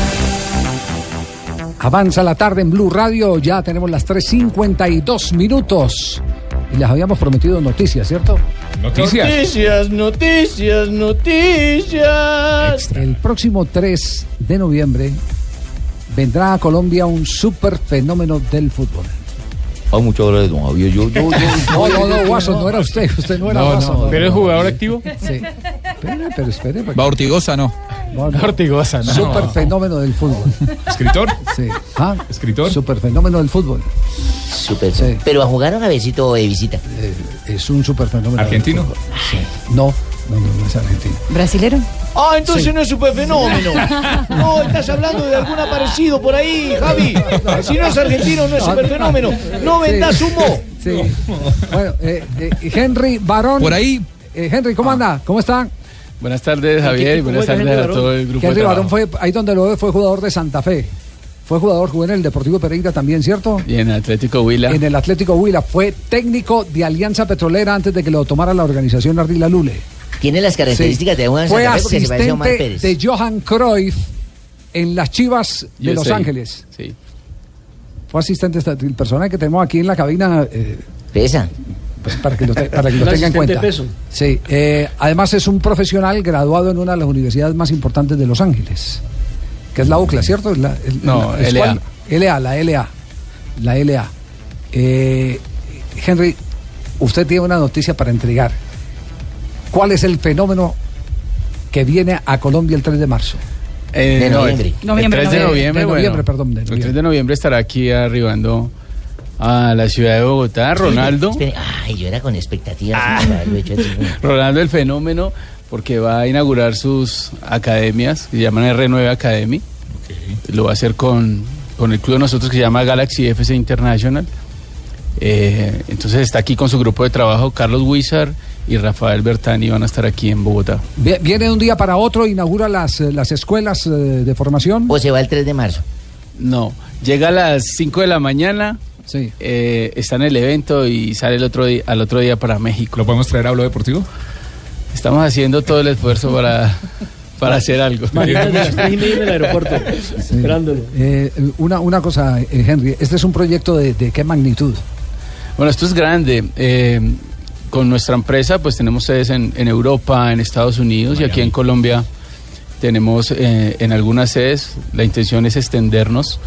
Avanza la tarde en Blue Radio, ya tenemos las 3:52 minutos. Y les habíamos prometido noticias, ¿cierto? Noticias. El próximo 3 de noviembre vendrá a Colombia un super fenómeno del fútbol. Hay mucho hablar de don Javier. No, Guaso, no era usted no era Guaso. ¿Pero es jugador activo? Sí. Espere. Va Ortigosa, no. Ortigosa, no. Super fenómeno del fútbol. ¿Escritor? Sí. ¿Escritor? Super fenómeno del fútbol. Super. Sí. Pero a jugar una besito de visita. Es un super fenómeno. ¿Argentino? Sí. No es argentino. ¿Brasilero? Entonces no es super fenómeno. No, estás hablando de algún aparecido por ahí, Javi. Si no es argentino, no es super fenómeno. No vendas humo. Sí. Bueno, Henry Barón. Por ahí. Henry, ¿cómo anda? ¿Cómo están? Buenas tardes, Javier, y buenas tardes a todo el grupo. Henry Barón fue, ahí donde lo ve, fue jugador de Santa Fe. Jugó en el Deportivo Pereira también, ¿cierto? Y en el Atlético Huila. En el Atlético Huila. Fue técnico de Alianza Petrolera antes de que lo tomara la organización Ardila Lule. Tiene las características de un Fue Santa Fe porque se parece a Omar asistente Pérez. de Johan Cruyff en las Chivas de Los Ángeles. Sí. Fue asistente, el personaje que tenemos aquí en la cabina. Pesa. Pues para que lo tenga en cuenta. Peso. Sí. Además es un profesional graduado en una de las universidades más importantes de Los Ángeles, que es la UCLA, ¿cierto? LA. La LA. Henry, usted tiene una noticia para entregar. ¿Cuál es el fenómeno que viene a Colombia el 3 de marzo? De noviembre. El 3 de noviembre, perdón. El 3 de noviembre estará aquí arribando a la ciudad de Bogotá, Ronaldo. Yo era con expectativas. Ronaldo el fenómeno, porque va a inaugurar sus academias, que se llaman R9 Academy. Okay. Lo va a hacer con el club de nosotros que se llama Galaxy FC International. Entonces está aquí con su grupo de trabajo, Carlos Huizar y Rafael Bertani van a estar aquí en Bogotá. ¿Viene de un día para otro, inaugura las escuelas de formación? ¿O se va el 3 de marzo? No, llega a las 5 de la mañana. Sí. Está en el evento y sale al otro día para México. ¿Lo podemos traer a Blog Deportivo? Estamos haciendo todo el esfuerzo para hacer algo. Mañana a las 3:30 en el aeropuerto, esperándolo. Una cosa, Henry, este es un proyecto de qué magnitud. Bueno, esto es grande. Con nuestra empresa, pues tenemos sedes en Europa, en Estados Unidos, Miami. Y aquí en Colombia tenemos en algunas sedes. La intención es extendernos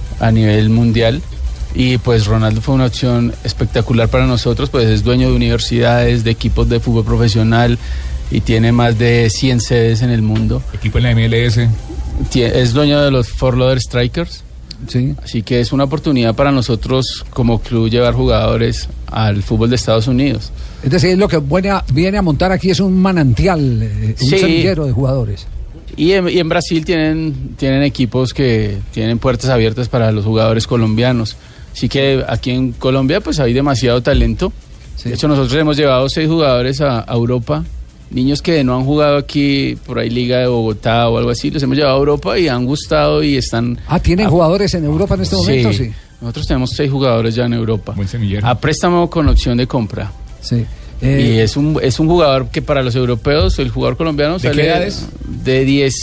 a nivel mundial. Y pues Ronaldo fue una opción espectacular para nosotros, pues es dueño de universidades, de equipos de fútbol profesional y tiene más de 100 sedes en el mundo. Equipo en la MLS. Es dueño de los Fort Lauderdale Strikers. Sí. Así que es una oportunidad para nosotros como club llevar jugadores al fútbol de Estados Unidos. Es decir, lo que viene a montar aquí es un manantial, un semillero de jugadores. Y en Brasil tienen equipos que tienen puertas abiertas para los jugadores colombianos. Así que aquí en Colombia pues hay demasiado talento. Sí. De hecho nosotros hemos llevado 6 jugadores a Europa, niños que no han jugado aquí por ahí Liga de Bogotá o algo así, los hemos llevado a Europa y han gustado y están... ¿Tienen jugadores en Europa en este momento? Sí, nosotros tenemos 6 jugadores ya en Europa. Buen semillero. A préstamo con opción de compra. Sí. Y es un jugador que para los europeos, el jugador colombiano ¿de qué edades? De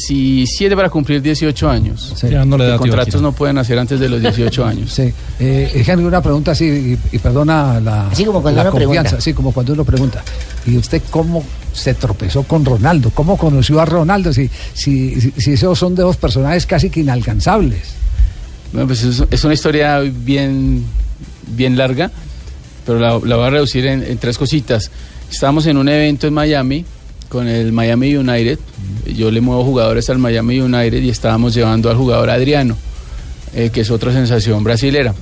17 para cumplir 18 años. Sí. Los contratos no pueden hacer antes de los 18 años. Sí. Henry, una pregunta así, y perdona la, así como cuando la uno confianza, pregunta. así como cuando uno pregunta. ¿Y usted cómo se tropezó con Ronaldo? ¿Cómo conoció a Ronaldo? Si esos son de 2 personajes casi que inalcanzables. Bueno, pues es una historia bien larga, pero la voy a reducir en 3 cositas. Estábamos en un evento en Miami con el Miami United. Yo le muevo jugadores al Miami United y estábamos llevando al jugador Adriano, que es otra sensación brasilera.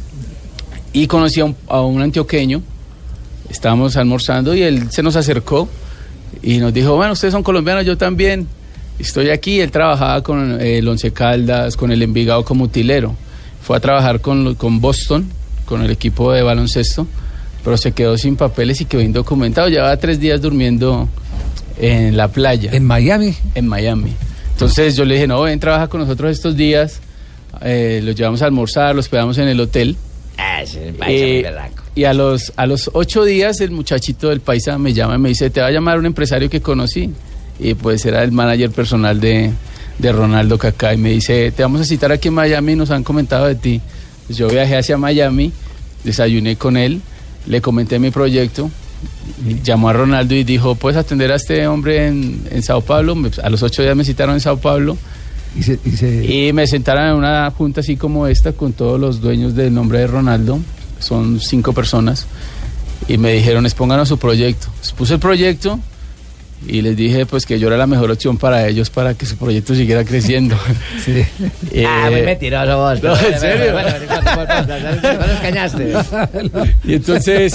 Y conocí a un antioqueño, estábamos almorzando y él se nos acercó y nos dijo, bueno, ustedes son colombianos, yo también estoy aquí. Él trabajaba con el Once Caldas, con el Envigado como utilero. Fue a trabajar con Boston, con el equipo de baloncesto, pero se quedó sin papeles y quedó indocumentado. Llevaba 3 días durmiendo en la playa. ¿En Miami? En Miami. Entonces yo le dije, no, ven, trabaja con nosotros estos días. Los llevamos a almorzar, los quedamos en el hotel. Y a los 8 días el muchachito del paisa me llama y me dice, te va a llamar un empresario que conocí. Y pues era el manager personal de Ronaldo Kaká. Y me dice, te vamos a citar aquí en Miami, nos han comentado de ti. Pues yo viajé hacia Miami, desayuné con él, le comenté mi proyecto, llamó a Ronaldo y dijo, ¿puedes atender a este hombre en Sao Paulo? A los 8 días me citaron en Sao Paulo y me sentaron en una junta así como esta con todos los dueños del nombre de Ronaldo, son 5 personas, y me dijeron, expónganos su proyecto. Puse el proyecto y les dije pues que yo era la mejor opción para ellos para que su proyecto siguiera creciendo. Sí. Muy mentiroso vos. No, en serio. No nos cañaste. Y entonces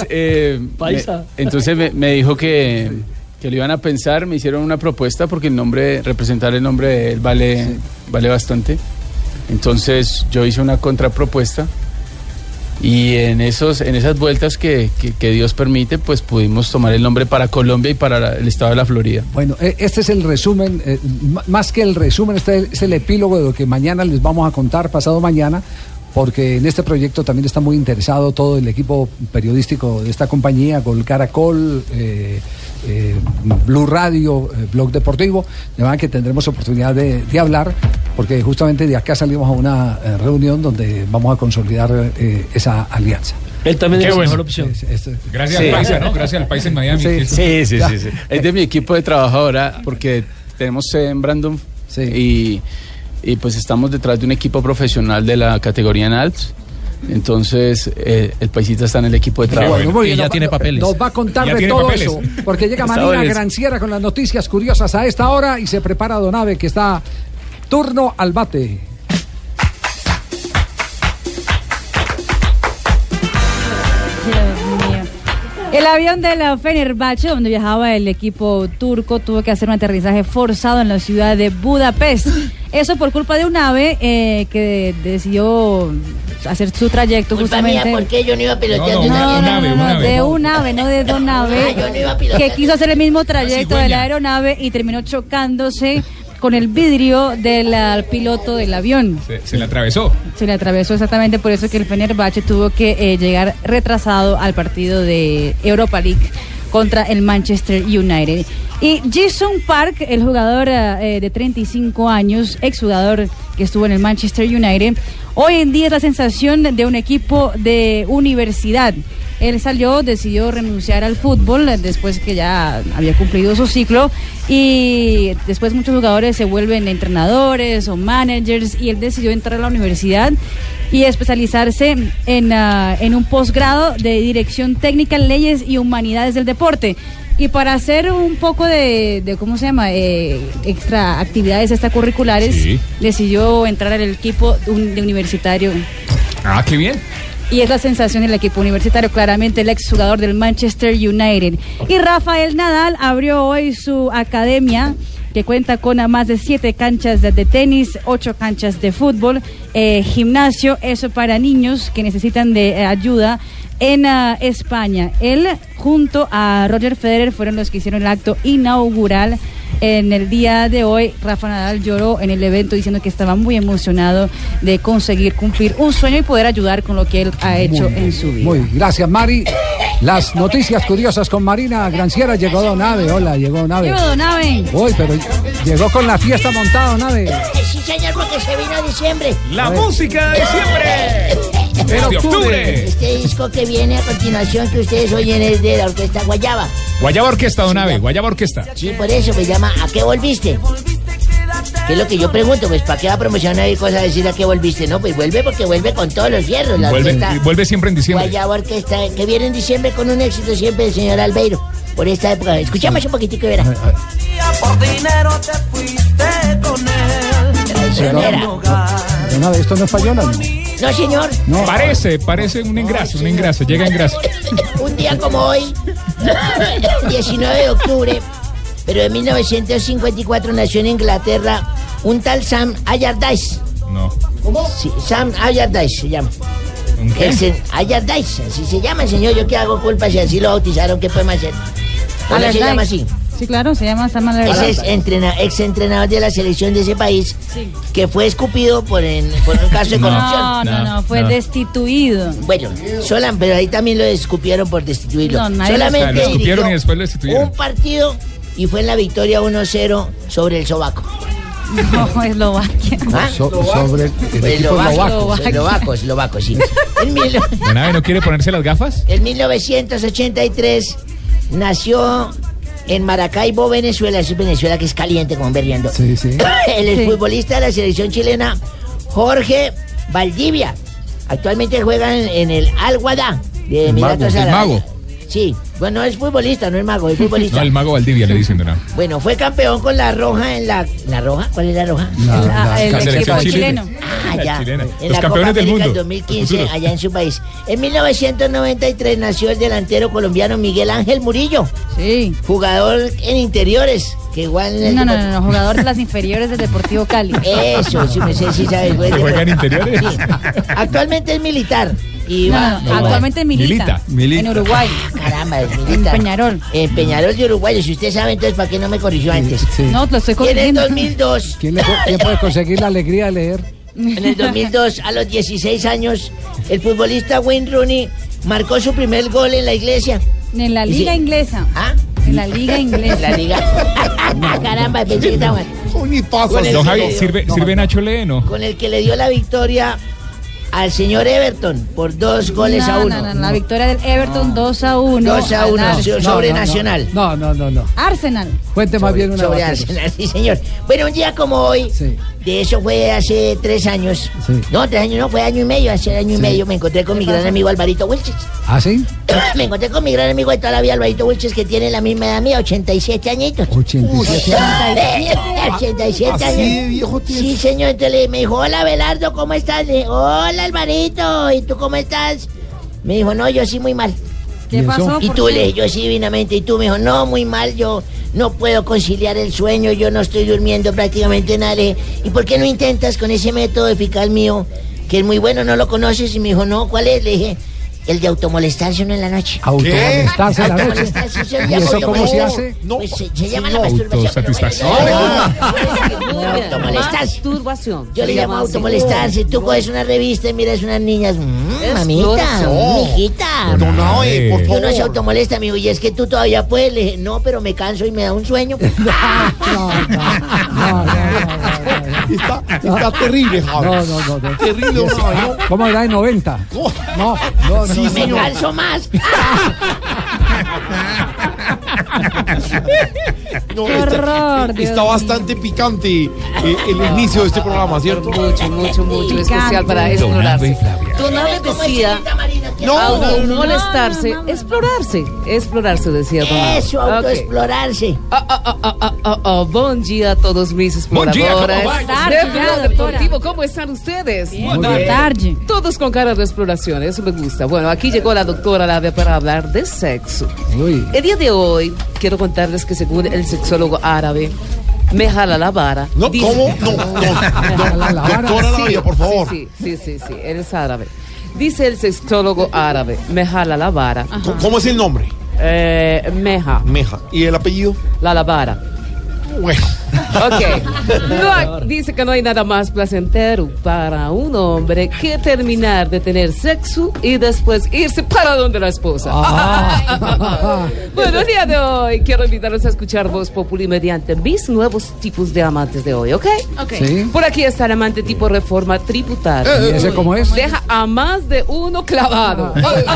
me dijo que lo iban a pensar, me hicieron una propuesta porque representar el nombre de él vale bastante. Entonces yo hice una contrapropuesta. Y en esas vueltas que Dios permite, pues pudimos tomar el nombre para Colombia y para el estado de la Florida. Bueno, este es el resumen, más que el resumen, este es el epílogo de lo que mañana les vamos a contar, pasado mañana, porque en este proyecto también está muy interesado todo el equipo periodístico de esta compañía, Gol Caracol, Blue Radio, Blog Deportivo, de manera que tendremos oportunidad de hablar, porque justamente de acá salimos a una reunión donde vamos a consolidar esa alianza. Él también es la mejor opción. Gracias al Paisa, ¿no? Gracias al Paisa en Miami. Sí. Es de mi equipo de trabajo ahora, porque tenemos sede en Brandon y pues estamos detrás de un equipo profesional de la categoría en Alps. Entonces el Paisita está en el equipo de trabajo. Bueno, y ya tiene papeles. Nos va a contar de todo eso, porque llega Marina Granciera con las noticias curiosas a esta hora y se prepara Donave, que está turno al bate. El avión de la Fenerbahce, donde viajaba el equipo turco, tuvo que hacer un aterrizaje forzado en la ciudad de Budapest. Eso por culpa de un ave que decidió hacer su trayecto culpa justamente. Mía, ¿por qué yo no iba a pilotear de un ave, no de Donave, yo no iba a pilotear. Que quiso hacer el mismo trayecto de la aeronave y terminó chocándose con el vidrio del piloto del avión. Se le atravesó. Se le atravesó, exactamente, por eso que el Fenerbahce tuvo que llegar retrasado al partido de Europa League contra el Manchester United. Y Ji-sung Park, el jugador de 35 años, exjugador que estuvo en el Manchester United, hoy en día es la sensación de un equipo de universidad. Él decidió renunciar al fútbol después que ya había cumplido su ciclo, y después muchos jugadores se vuelven entrenadores o managers, y él decidió entrar a la universidad y especializarse en un posgrado de Dirección Técnica en Leyes y Humanidades del Deporte. Y para hacer un poco de ¿cómo se llama? Extra actividades extracurriculares, decidió entrar al equipo de Universitario. Ah, qué bien. Y es la sensación del equipo universitario, claramente el exjugador del Manchester United. Y Rafael Nadal abrió hoy su academia, que cuenta con más de 7 canchas de tenis, 8 canchas de fútbol, gimnasio, eso para niños que necesitan de ayuda en España. Él junto a Roger Federer fueron los que hicieron el acto inaugural. En el día de hoy, Rafa Nadal lloró en el evento diciendo que estaba muy emocionado de conseguir cumplir un sueño y poder ayudar con lo que él ha hecho en su vida. Muy gracias, Mari. Las noticias curiosas con Marina Granciera. Llegó Don Ave. Hola, llegó Don Ave. Llegó Don Ave. Uy, pero llegó con la fiesta montada, Don Ave. Sí, señor, porque se vino a diciembre. La música de diciembre. De octubre. Este disco que viene a continuación que ustedes oyen es de la orquesta Guayaba. Guayaba Orquesta, Don Ave, Guayaba Orquesta. Sí, por eso me llama ¿A qué volviste? ¿Qué es lo que yo pregunto? Pues ¿para qué va a promocionar y cosas decir a qué volviste? No, pues vuelve porque vuelve con todos los fierros. La vuelve siempre en diciembre. Guayaba Orquesta, que viene en diciembre con un éxito siempre del señor Albeiro. Por esta época. Escuchamos un poquitico y verá. Por dinero te fuiste con él. Traicionera. No, esto no es payola, ¿no? No, señor. No. Parece un engrase, llega engrase. Un día como hoy, 19 de octubre, pero de 1954 nació en Inglaterra un tal Sam Allardyce. No. ¿Cómo? Sí, Sam Allardyce se llama. Allardyce, así se llama, señor. Yo que hago culpa si así lo bautizaron, ¿qué podemos hacer? ¿O no se llama así? Sí, claro, se llama Sam Allardyce. Ese es ex entrenador de la selección de ese país, que fue escupido por un caso de corrupción. No, fue destituido. Bueno, pero ahí también lo escupieron por destituirlo. Solamente lo escupieron y después lo destituyeron. Un partido y fue en la victoria 1-0 sobre el Sobaco. No, Eslovaquia. ¿Ah? Sobre el equipo eslovaco, sí. ¿Don Ave no quiere ponerse las gafas? En 1983 nació en Maracaibo, Venezuela. Es Venezuela que es caliente, como ven riendo. Sí, sí. El exfutbolista de la selección chilena, Jorge Valdivia. Actualmente juega en el Al-Wada de Emiratos Árabes. ¿El mago? Sí, bueno, es futbolista, no es mago, es futbolista. No, el mago Valdivia le dicen, ¿no? Bueno, fue campeón con la Roja en la Roja. ¿Cuál es la Roja? El equipo chileno. Ya. Los En la campeones Copa del mundo. América 2015, allá en su país. En 1993 nació el delantero colombiano Miguel Ángel Murillo. Sí. Jugador en interiores. Que igual en el no, jugador de las inferiores del Deportivo Cali. Eso, sí me sé, sí sabes. ¿Juega en interiores? Sí. Actualmente es militar. Y actualmente milita. En Uruguay. Caramba, es militar. En Peñarol. En Peñarol de Uruguay. Si usted sabe, entonces, ¿para qué no me corrigió antes? Sí. No, lo estoy corrigiendo. En el 2002. ¿Quién puede conseguir la alegría de leer? En el 2002, a los 16 años, el futbolista Wayne Rooney marcó su primer gol en la iglesia. En la liga inglesa. ¿Ah? En la liga inglesa. La liga. Caramba, pensé que estaba. Don Javi, ¿sirve Nacho Leno? Con el que le dio la victoria al señor Everton por 2 goles a 1. No, la victoria del Everton 2-1. 2-1 sobre Nacional. No. Arsenal. Cuente más bien una sobre Arsenal, sí, señor. Bueno, un día como hoy, de eso fue hace 3 años. Sí. No, 3 años no, fue año y medio. Hace año y medio me encontré con mi gran amigo Alvarito Wilches. ¿Ah, sí? Me encontré con mi gran amigo de toda la vida, Alvarito Wilches, que tiene la misma edad mía, 87 añitos. 87 años. 87 años. ¿Así de viejo tiene? Sí, señor. Entonces me dijo, hola, Belardo, ¿cómo estás? Le dije, hola, Alvarito, ¿y tú cómo estás? Me dijo, no, yo sí muy mal. ¿Qué pasó? Y tú le dije, yo sí divinamente. Y tú me dijo, no, muy mal, yo no puedo conciliar el sueño, yo no estoy durmiendo prácticamente nada. Le dije, ¿y por qué no intentas con ese método eficaz mío, que es muy bueno, no lo conoces? Y me dijo, no, ¿cuál es? Le dije, el de automolestarse uno en la noche. ¿Automolestarse en la noche? ¿Y eso cómo se hace? Pues se llama la masturbación. Autosatisfacción. Automolestarse. Yo le llamo automolestarse. Tú coges una revista y miras unas niñas. Mamita, mijita. No, por favor. Uno se automolesta, amigo. Y es que tú todavía puedes. Le dije, no, pero me canso y me da un sueño. Está terrible, Javi. No. Terrible, ¿no? ¿Cómo era de 90? No. Sí, me canso más. No, Qué horror, Dios está mío. bastante picante el inicio de este programa, ¿cierto? Mucho especial para explorar. Don Abe decía, molestarse, explorarse, decía Don Abe. Eso, autoexplorarse. Buen día a todos mis exploradores. tarde, De Deportivo, ¿cómo están ustedes? Buenas tardes. Todos con cara de exploración, eso me gusta. Bueno, aquí llegó la doctora Labia para hablar de sexo. El día de hoy quiero contarles que según el sexólogo árabe, Mehala la vara. No, ¿cómo? No. Doctora Labia, por favor. Sí, él es árabe. Dice el sexólogo árabe, Mehala la vara. ¿Cómo es el nombre? Meja. ¿Y el apellido? La vara. Bueno. Ok. Dice que no hay nada más placentero para un hombre que terminar de tener sexo y después irse para donde la esposa. Bueno, el día de hoy quiero invitarlos a escuchar Voz Populi mediante mis nuevos tipos de amantes de hoy, ¿ok? Sí. Por aquí está el amante tipo reforma tributaria. ¿Y ese cómo es? Deja a más de uno clavado.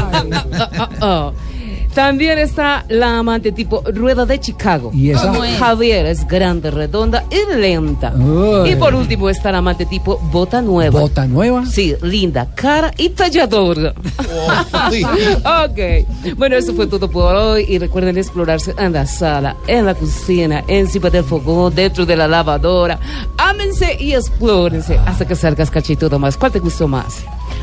También está la amante tipo rueda de Chicago. ¿Y esa? ¿Cómo es? Javier es grande, redonda y lenta. Uy. Y por último está la amante tipo bota nueva. ¿Bota nueva? Sí, linda, cara y talladora. Ok. Bueno, eso fue todo por hoy. Y recuerden explorarse en la sala, en la cocina, encima del fogón, dentro de la lavadora. Ámense y explórense hasta que salgas cachitudo más. ¿Cuál te gustó más?